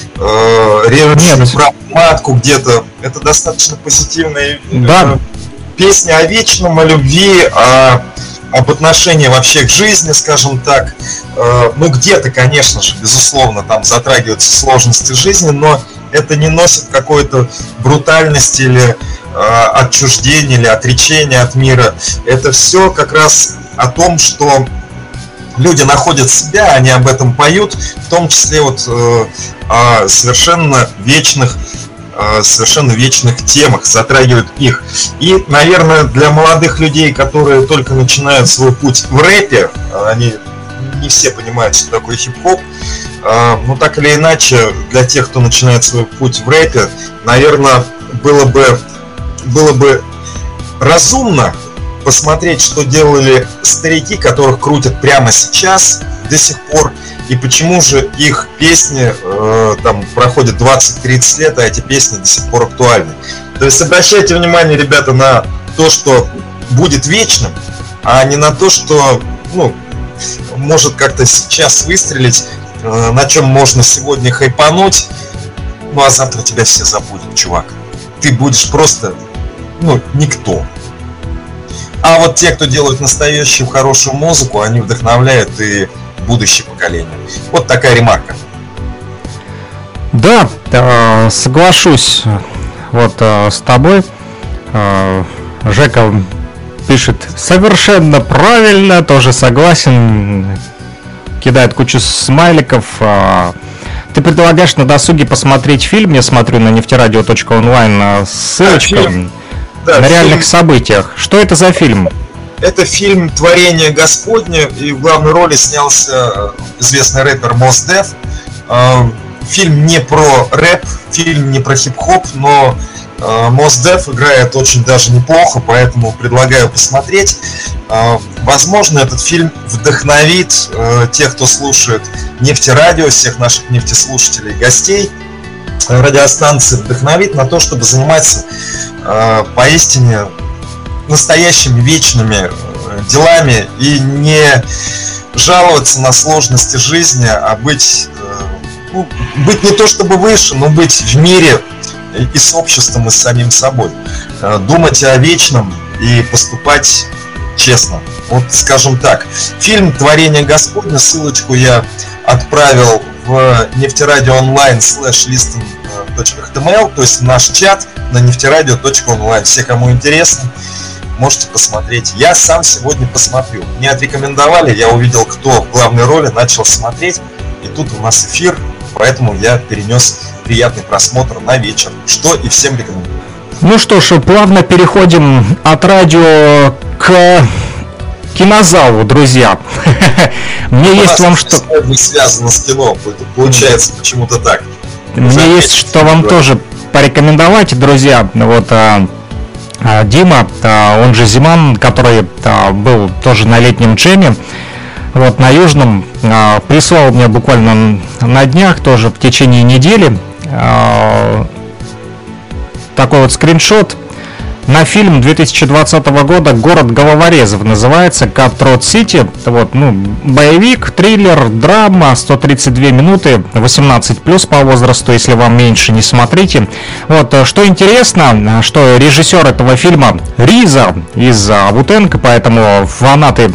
э, режущими матку где-то. Это достаточно позитивная да. песня о вечном, о любви, о, об отношении вообще к жизни, скажем так. Э, ну, где-то, конечно же, безусловно, там затрагиваются сложности жизни, но это не носит какой-то брутальности или э, отчуждения, или отречения от мира. Это все как раз о том, что люди находят себя, они об этом поют, в том числе вот э, о совершенно вечных, э, совершенно вечных темах, затрагивают их. И, наверное, для молодых людей, которые только начинают свой путь в рэпе, они не все понимают, что такое хип-хоп, э, но так или иначе, для тех, кто начинает свой путь в рэпе, наверное, было бы, было бы разумно посмотреть, что делали старики, которых крутят прямо сейчас, до сих пор, и почему же их песни э, там проходят двадцать-тридцать лет, а эти песни до сих пор актуальны. То есть обращайте внимание, ребята, на то, что будет вечным, а не на то, что, ну, может как-то сейчас выстрелить на чем можно сегодня хайпануть, ну а завтра тебя все забудут, чувак. Ты будешь просто, ну, никто. А вот те, кто делают настоящую хорошую музыку, они вдохновляют и будущее поколение. Вот такая ремарка. Да, э, соглашусь вот э, с тобой. Э, Жека пишет совершенно правильно, тоже согласен. Кидает кучу смайликов. Э, ты предлагаешь на досуге посмотреть фильм, я смотрю на нефтерадио точка онлайн, ссылочка. Да, Да, на реальных фильм... событиях. Что это за фильм? Это фильм «Творение Господне», и в главной роли снялся известный рэпер Мос Деф. Фильм не про рэп, фильм не про хип-хоп, но Мос Деф играет очень даже неплохо, поэтому предлагаю посмотреть. Возможно, этот фильм вдохновит тех, кто слушает Нефтерадио, всех наших нефтеслушателей и гостей радиостанции, вдохновит на то, чтобы заниматься э, поистине настоящими вечными э, делами и не жаловаться на сложности жизни, а быть, э, ну, быть не то чтобы выше, но быть в мире и с обществом, и с самим собой. Э, думать о вечном и поступать честно. Вот скажем так. Фильм «Творение Господне», ссылочку я отправил в нефтерадио онлайн слэш листен точка эйч ти эм эл, то есть наш чат на нефтерадио точка онлайн. Все, кому интересно, можете посмотреть. Я сам сегодня посмотрю. Мне отрекомендовали, я увидел, кто в главной роли, начал смотреть, и тут у нас эфир, поэтому я перенес приятный просмотр на вечер, что и всем рекомендую. Ну что ж, плавно переходим от радио к кинозалу, друзья. Мне у есть вам что... связано с кино, получается почему-то так. Мне Заметьте, есть что вам говорит. Тоже порекомендовать, друзья. Вот а, а, Дима, а, он же Зиман, который а, был тоже на летнем джеме, вот на Южном, а, прислал мне буквально на днях, тоже в течение недели, а, такой вот скриншот на фильм две тысячи двадцатого года «Город головорезов», называется «Cut Road City». Вот, ну, боевик, триллер, драма, сто тридцать две минуты, восемнадцать плюс по возрасту, если вам меньше, не смотрите. Вот, что интересно, что режиссер этого фильма Риза из Ву-Тэнг, поэтому фанаты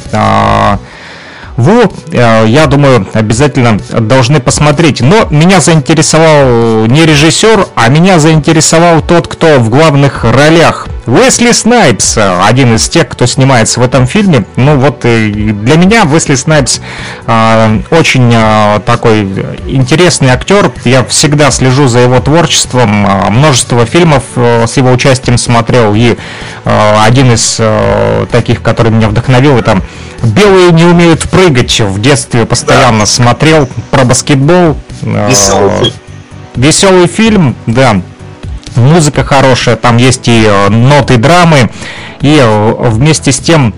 Ву, я думаю, обязательно должны посмотреть. Но меня заинтересовал не режиссер, а меня заинтересовал тот, кто в главных ролях. Уэсли Снайпс, один из тех, кто снимается в этом фильме. Ну вот, для меня Уэсли Снайпс э, очень э, такой интересный актер. Я всегда слежу за его творчеством. Множество фильмов э, с его участием смотрел. И э, один из э, таких, который меня вдохновил, это «Белые не умеют прыгать». В детстве постоянно да. смотрел про баскетбол. Веселый фильм. Веселый фильм, да. Музыка хорошая, там есть и ноты драмы. И вместе с тем,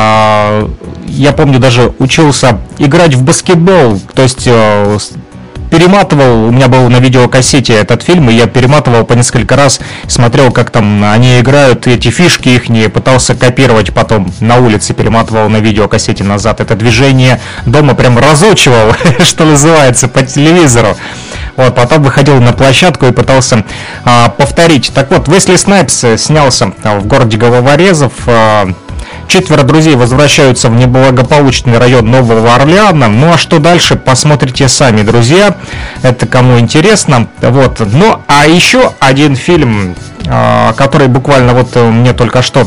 я помню, даже учился играть в баскетбол. То есть перематывал, у меня был на видеокассете этот фильм, и я перематывал по несколько раз, смотрел, как там они играют, эти фишки их, пытался копировать потом на улице, перематывал на видеокассете назад. Это движение дома прям разучивал, что называется, по телевизору. Вот, потом выходил на площадку и пытался а, повторить. Так вот, Уэсли Снайпс снялся а, в «Городе головорезов». А, Четверо друзей возвращаются в неблагополучный район Нового Орлеана. Ну а что дальше, посмотрите сами, друзья. Это кому интересно. Вот. Ну а еще один фильм, который буквально вот мне только что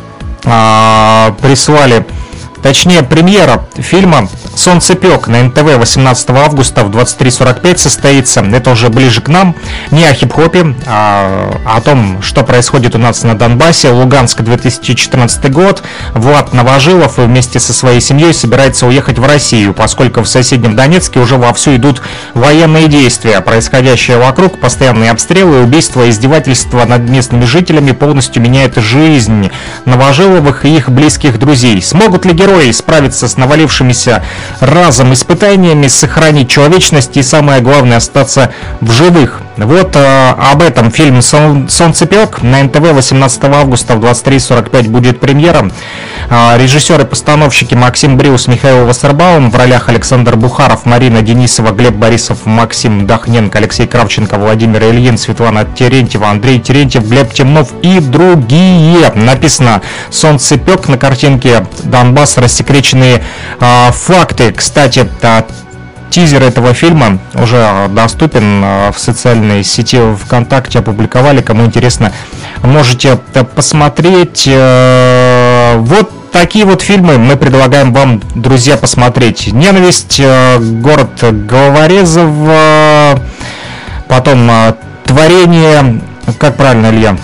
прислали, точнее премьера фильма «Солнцепек» на эн тэ вэ восемнадцатого августа в двадцать три сорок пять состоится. Это уже ближе к нам. Не о хип-хопе, а о том, что происходит у нас на Донбассе. Луганск, две тысячи четырнадцатый год. Влад Новожилов вместе со своей семьей собирается уехать в Россию, поскольку в соседнем Донецке уже вовсю идут военные действия. Происходящее вокруг, постоянные обстрелы, убийства, издевательства над местными жителями полностью меняет жизнь Новожиловых и их близких друзей. Смогут ли герои справиться с навалившимися разом испытаниями, сохранить человечность и, самое главное, остаться в живых? Вот э, об этом фильм «Солнцепек» на эн тэ вэ восемнадцатого августа в двадцать три сорок пять будет премьера. Э, режиссеры и постановщики Максим Бриус, Михаил Вассербаум, в ролях Александр Бухаров, Марина Денисова, Глеб Борисов, Максим Дахненко, Алексей Кравченко, Владимир Ильин, Светлана Терентьева, Андрей Терентьев, Глеб Темнов и другие. Написано «Солнцепек», на картинке «Донбасс. Рассекреченные э, факты». Кстати, э, тизер этого фильма уже доступен в социальной сети ВКонтакте, опубликовали. Кому интересно, можете посмотреть. Вот такие вот фильмы мы предлагаем вам, друзья, посмотреть. «Ненависть», «Город головорезов», потом «Творение». Как правильно, Илья?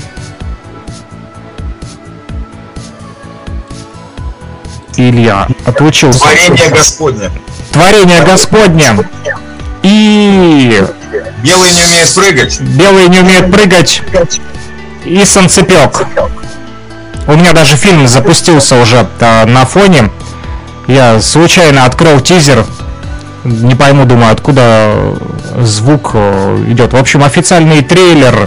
Илья отлучился. «Творение Господне». «Творение Господне» и... «Белые не умеют прыгать». «Белые не умеют прыгать» и «Солнцепек». У меня даже фильм запустился уже а, на фоне. Я случайно открыл тизер. Не пойму, думаю, откуда звук идет. В общем, официальный трейлер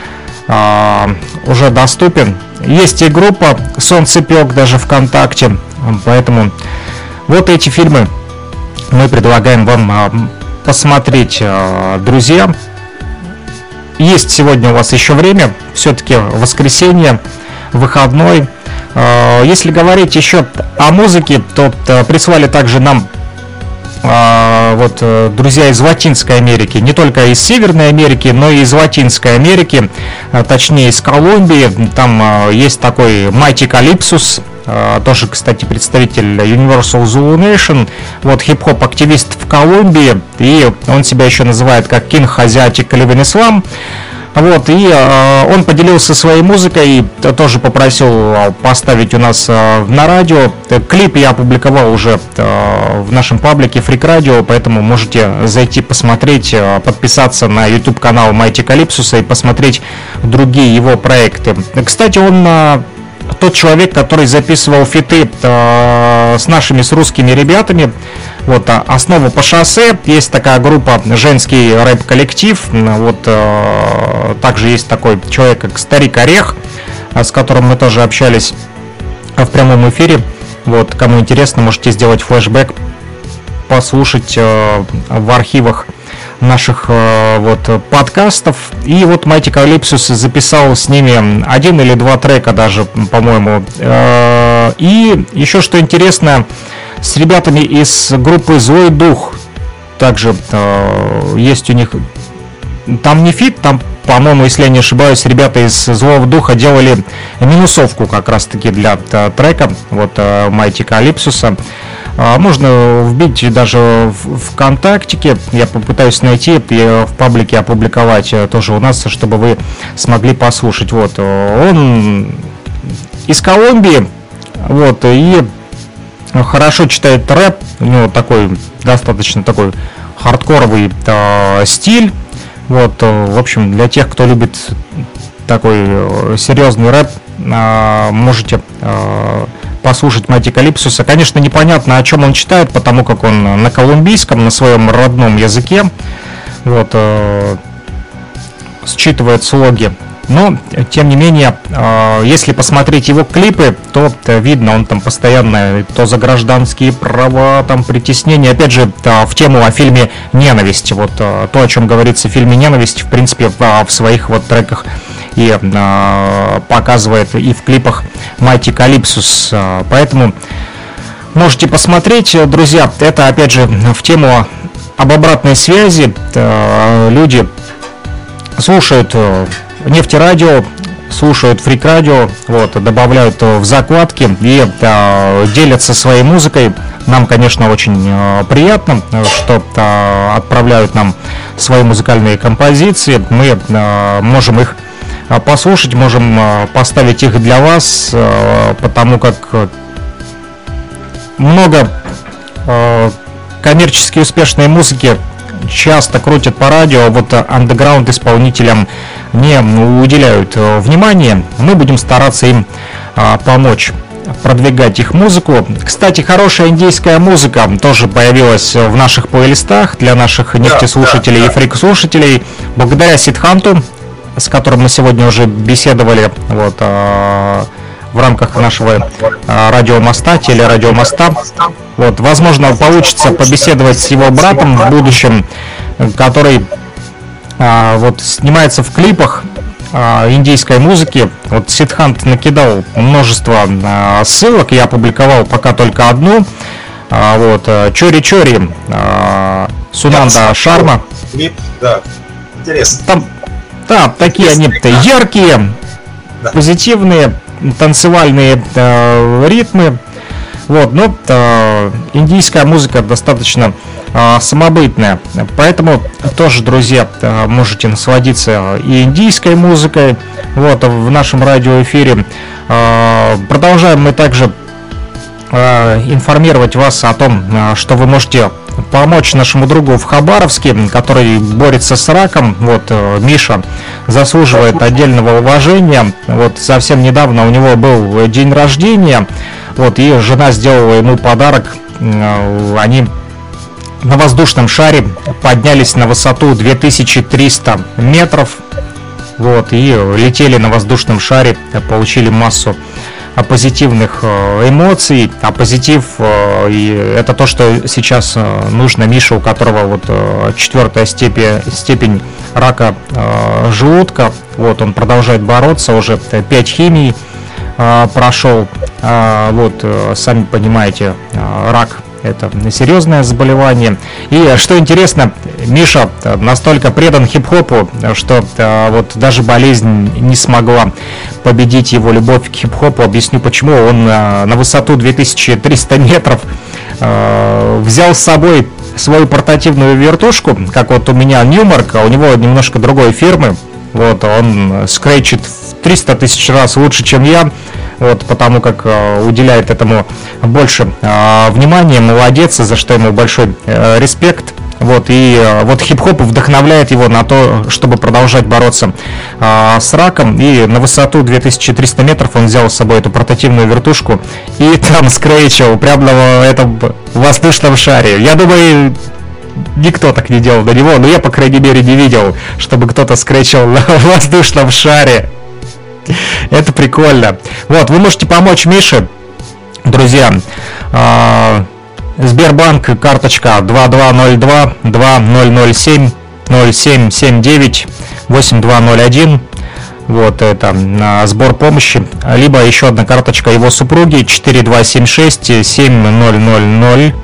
а, уже доступен. Есть и группа «Солнцепек» даже ВКонтакте. Поэтому вот эти фильмы мы предлагаем вам посмотреть, друзья. Есть сегодня у вас еще время, все-таки воскресенье, выходной. Если говорить еще о музыке, то прислали также нам вот друзья из Латинской Америки, не только из Северной Америки, но и из Латинской Америки, точнее из Колумбии. Там есть такой Mighty Calypsus, тоже, кстати, представитель Universal Zulu Nation, вот хип-хоп активист в Колумбии, и он себя еще называет как King Asiatic Living Islam. Вот, и э, он поделился своей музыкой и тоже попросил поставить у нас э, на радио. Клип я опубликовал уже э, в нашем паблике Freak Radio, поэтому можете зайти посмотреть, э, подписаться на YouTube-канал Mighty Calypsus и посмотреть другие его проекты. Кстати, он э, тот человек, который записывал фиты э, с нашими, с русскими ребятами. Вот, «Основа по шоссе», есть такая группа, женский рэп-коллектив, вот, э, также есть такой человек, как Старик Орех, с которым мы тоже общались в прямом эфире. Вот, кому интересно, можете сделать флешбэк, послушать э, в архивах наших э, вот подкастов. И вот Mighty Calypsus записал с ними один или два трека даже, по-моему. Э, и еще что интересно, с ребятами из группы «Злой дух» также э, есть у них, там не фит, там, по-моему, если я не ошибаюсь, ребята из «Злого духа» делали минусовку как раз-таки для э, трека, вот, э, Mighty Calypsus. Э, можно вбить даже в ВКонтактике, я попытаюсь найти и в паблике опубликовать э, тоже у нас, чтобы вы смогли послушать. Вот, э, он из Колумбии, вот, и хорошо читает рэп, у него такой достаточно такой хардкоровый э, стиль. Вот, э, в общем, для тех, кто любит такой э, серьезный рэп, э, можете э, послушать Mighty Calypsus. Конечно, непонятно, о чем он читает, потому как он на колумбийском, на своем родном языке, вот, э, считывает слоги. Но, тем не менее, если посмотреть его клипы, то видно, он там постоянно то за гражданские права, там притеснения. Опять же, в тему о фильме «Ненависть». Вот то, о чем говорится в фильме «Ненависть», в принципе, в своих вот треках и показывает и в клипах Mighty Calypsus. Поэтому можете посмотреть, друзья. Это, опять же, в тему об обратной связи. Люди слушают Нефтерадио, слушают Freak Radio, вот, добавляют в закладки и э, делятся своей музыкой. Нам, конечно, очень э, приятно, что э, отправляют нам свои музыкальные композиции. Мы э, можем их э, послушать, можем э, поставить их для вас, э, потому как много э, коммерчески успешной музыки часто крутят по радио, вот андеграунд исполнителям не уделяют внимания. Мы будем стараться им а, помочь. продвигать их музыку. Кстати, хорошая индийская музыка тоже появилась в наших плейлистах для наших нефтеслушателей да, да, да. и фрик-слушателей. Благодаря Сидханту, с которым мы сегодня уже беседовали вот, э, в рамках нашего э, радиомоста, телерадиомоста. Вот, возможно, получится побеседовать с его братом в будущем, который э, вот, снимается в клипах индийской музыки. Вот Сидхант накидал множество э, ссылок, я опубликовал пока только одну. Э, вот Чори-Чори, э, Сунанда Шарма. Клип, да, интересно. Там, да, такие они яркие, да. позитивные, танцевальные э, ритмы. Вот, но э, индийская музыка достаточно э, самобытная, поэтому тоже, друзья, э, можете насладиться и индийской музыкой. Вот в нашем радиоэфире э, продолжаем мы также э, информировать вас о том, э, что вы можете помочь нашему другу в Хабаровске, который борется с раком. Вот э, Миша заслуживает отдельного уважения. Вот совсем недавно у него был день рождения. Вот, и жена сделала ему подарок. Они на воздушном шаре поднялись на высоту две тысячи триста метров. Вот, и летели на воздушном шаре, получили массу позитивных эмоций. А позитив и это то, что сейчас нужно Мише, у которого вот четвертая степень, степень рака желудка. Вот, он продолжает бороться, уже пять химий прошел. Вот, сами понимаете, рак — это серьезное заболевание. И что интересно, Миша настолько предан хип-хопу, что вот даже болезнь не смогла победить его любовь к хип-хопу. Объясню почему. Он на высоту две тысячи триста метров взял с собой свою портативную вертушку, как вот у меня Ньюмарк, а у него немножко другой фирмы. Вот, он скретчит в триста тысяч раз лучше, чем я. Вот, потому как э, уделяет этому больше э, внимания, молодец, за что ему большой э, респект. Вот, и э, вот хип-хоп вдохновляет его на то, чтобы продолжать бороться э, с раком. И на высоту две тысячи триста метров он взял с собой эту портативную вертушку и там скрейчил прямо на этом воздушном шаре. Я думаю, никто так не делал до него, но я, по крайней мере, не видел, чтобы кто-то скрейчил на воздушном шаре. Это прикольно. Вот, вы можете помочь Мише, друзья. Сбербанк, карточка два два ноль два два ноль ноль семь ноль семь семь девять восемь два ноль один. Вот это на сбор помощи. Либо еще одна карточка его супруги четыре два семь шесть семь ноль ноль ноль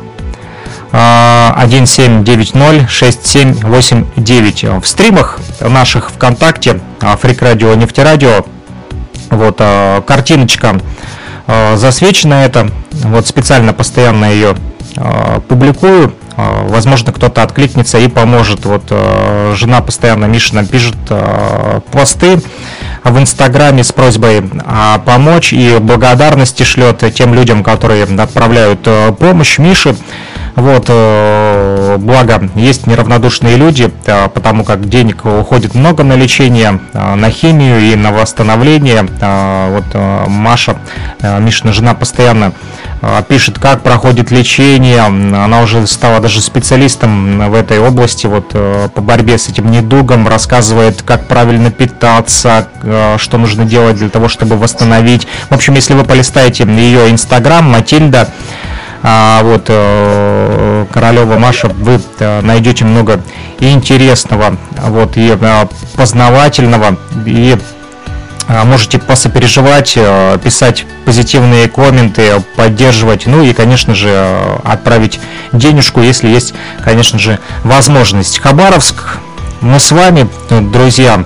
один семь девять ноль шесть семь восемь девять. В стримах наших ВКонтакте, Фрик Радио, Нефтерадио, вот картиночка засвечена, это вот специально постоянно ее публикую. Возможно, кто-то откликнется и поможет. Вот жена постоянно, Миша, пишет посты в Инстаграме с просьбой помочь и благодарности шлет тем людям, которые отправляют помощь Мише. Вот, благо, есть неравнодушные люди, потому как денег уходит много на лечение, на химию и на восстановление. Вот Маша, Мишина жена, постоянно пишет, как проходит лечение. Она уже стала даже специалистом в этой области, вот по борьбе с этим недугом, рассказывает, как правильно питаться, что нужно делать для того, чтобы восстановить. В общем, если вы полистаете ее Инстаграм, Матильда, А вот Королева Маша, вы найдете много интересного, вот, и познавательного, и можете посопереживать, писать позитивные комменты, поддерживать, ну и, конечно же, отправить денежку, если есть, конечно же, возможность. Хабаровск, мы с вами, друзья.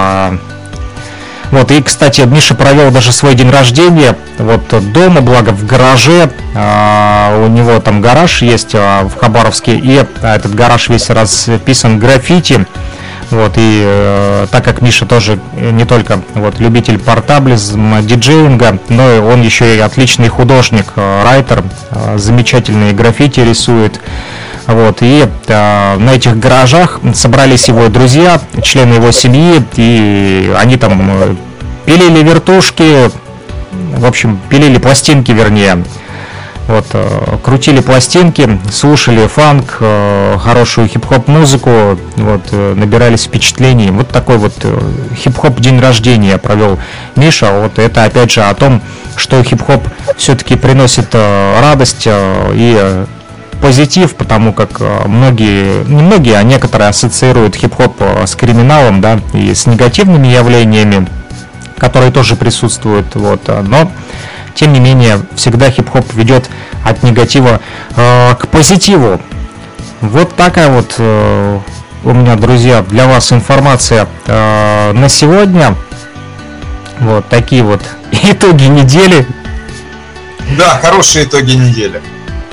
Вот, и, кстати, Миша провел даже свой день рождения вот дома, благо в гараже. А, у него там гараж есть а, в Хабаровске, и а, этот гараж весь расписан граффити. Вот, и э, так как Миша тоже не только вот, любитель портаблизма, диджеинга, но он еще и отличный художник, э, райтер, э, замечательные граффити рисует. Вот, и э, на этих гаражах собрались его друзья, члены его семьи, и они там пилили вертушки, в общем, пилили пластинки, вернее. Вот, крутили пластинки, слушали фанк, хорошую хип-хоп музыку, вот, набирались впечатлений. Вот такой вот хип-хоп день рождения провел Миша. Вот это опять же о том, что хип-хоп все-таки приносит радость и позитив, потому как многие, не многие, а некоторые ассоциируют хип-хоп с криминалом, да, и с негативными явлениями, которые тоже присутствуют. Вот, но тем не менее, всегда хип-хоп ведет от негатива э, к позитиву. Вот такая вот э, у меня, друзья, для вас информация э, на сегодня. Вот такие вот итоги недели. Да, хорошие итоги недели.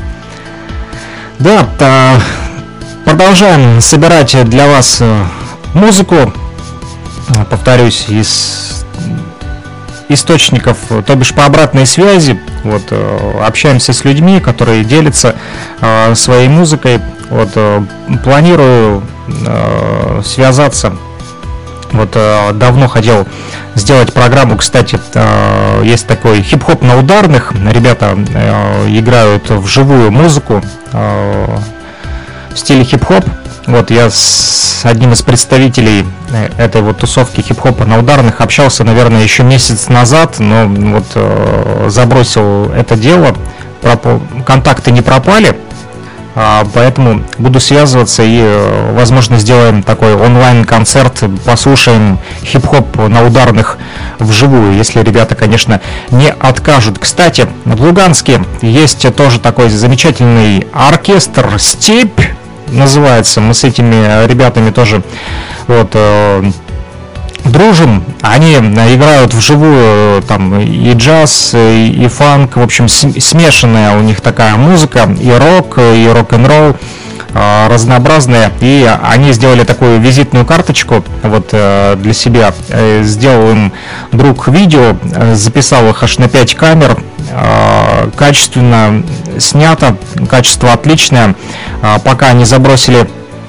Да, э, продолжаем собирать для вас э, музыку. Повторюсь, из источников, то бишь по обратной связи. Вот, э, общаемся с людьми, которые делятся э, своей музыкой. Вот, э, планирую э, связаться. Вот, э, давно хотел сделать программу, кстати, э, есть такой хип-хоп на ударных. Ребята э, играют вживую музыку э, в стиле хип-хоп. Вот, я с одним из представителей этой вот тусовки хип-хопа на ударных общался, наверное, еще месяц назад, но вот э, забросил это дело, пропал, контакты не пропали, а, поэтому буду связываться и, возможно, сделаем такой онлайн-концерт, послушаем хип-хоп на ударных вживую, если ребята, конечно, не откажут. Кстати, в Луганске есть тоже такой замечательный оркестр «Степь», называется. Мы с этими ребятами тоже вот э, дружим. Они играют вживую там и джаз, и, и фанк, в общем, смешанная у них такая музыка, и рок, и рок-н-ролл, э, разнообразная. И они сделали такую визитную карточку вот э, для себя. Э, сделал им друг видео, э, записал их аж на пять камер. Э, качественно снято, качество отличное. Э, пока они забросили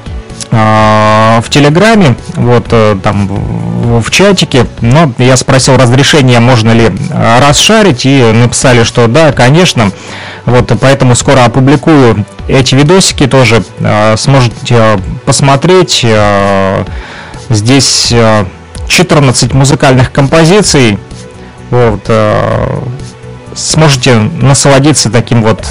в Телеграме, вот там в, в чатике, но я спросил разрешения, можно ли расшарить, и написали, что да, конечно. Вот, поэтому скоро опубликую эти видосики тоже, сможете посмотреть. Здесь четырнадцать музыкальных композиций. Вот, сможете насладиться таким вот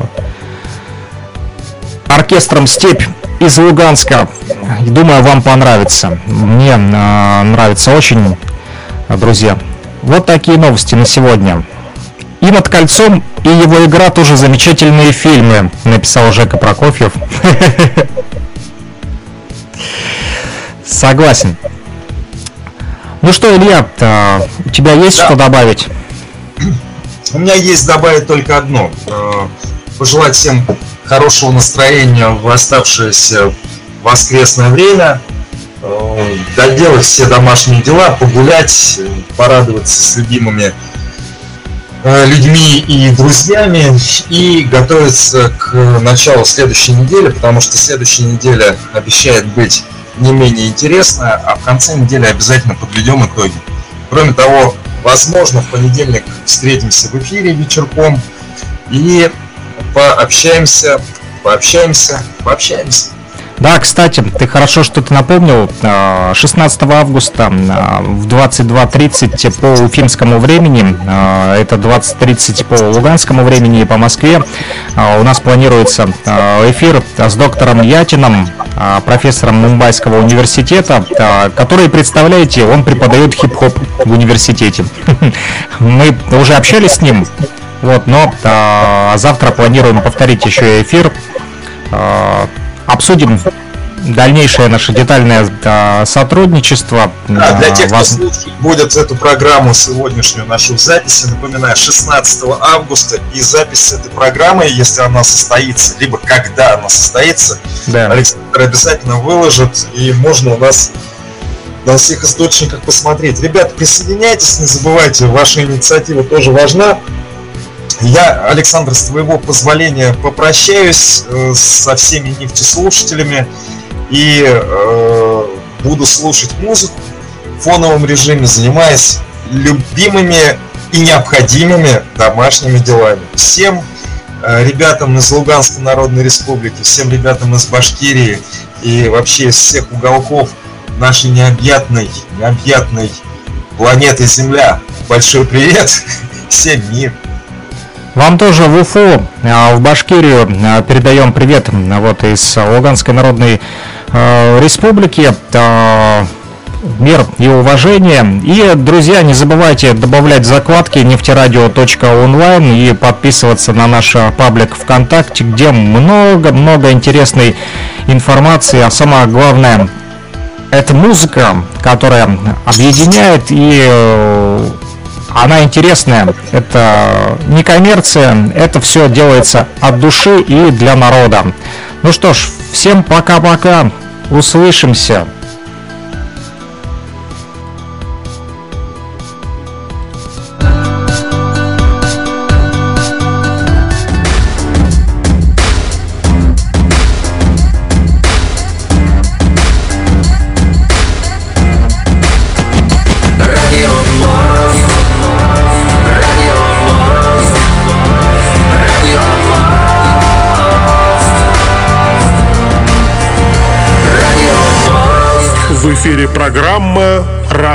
оркестром «Степь» из Луганска. Думаю, вам понравится. Мне э, нравится очень, друзья. Вот такие новости на сегодня. И «Над кольцом» и его игра тоже замечательные фильмы, написал Жека Прокофьев. Согласен. Ну что, Илья, у тебя есть что добавить? У меня есть добавить только одно. Пожелать всем хорошего настроения в оставшееся воскресное время, доделать все домашние дела, погулять, порадоваться с любимыми людьми и друзьями и готовиться к началу следующей недели, потому что следующая неделя обещает быть не менее интересная, а в конце недели обязательно подведем итоги. Кроме того, возможно, в понедельник встретимся в эфире вечерком и пообщаемся, пообщаемся, пообщаемся. Да, кстати, ты хорошо, что ты напомнил. шестнадцатого августа в двадцать два тридцать по уфимскому времени, это двадцать тридцать по луганскому времени и по Москве, у нас планируется эфир с доктором Ятином, профессором Мумбайского университета, который, представляете, он преподает хип-хоп в университете. Мы уже общались с ним. Вот, но а, завтра планируем повторить еще эфир, а, обсудим дальнейшее наше детальное а, сотрудничество. Да, для тех, кто слушает, будет эту программу сегодняшнюю нашу запись, напоминаю, шестнадцатого августа, и запись этой программы, если она состоится, либо когда она состоится, да, Александр обязательно выложит, и можно у нас на всех источниках посмотреть. Ребята, присоединяйтесь, не забывайте, ваша инициатива тоже важна. Я, Александр, с твоего позволения попрощаюсь э, со всеми нефтеслушателями и э, буду слушать музыку в фоновом режиме, занимаясь любимыми и необходимыми домашними делами. Всем э, ребятам из Луганской Народной Республики, всем ребятам из Башкирии и вообще из всех уголков нашей необъятной, необъятной планеты Земля. Большой привет, всем мир. Вам тоже в Уфу, в Башкирию передаем привет вот из Луганской Народной Республики. Мир и уважение. И, друзья, не забывайте добавлять закладки нефтерадио точка онлайн и подписываться на наш паблик ВКонтакте, где много-много интересной информации, а самое главное, это музыка, которая объединяет, и она интересная. Это не коммерция, это все делается от души и для народа. Ну что ж, всем пока-пока, услышимся. В эфире программа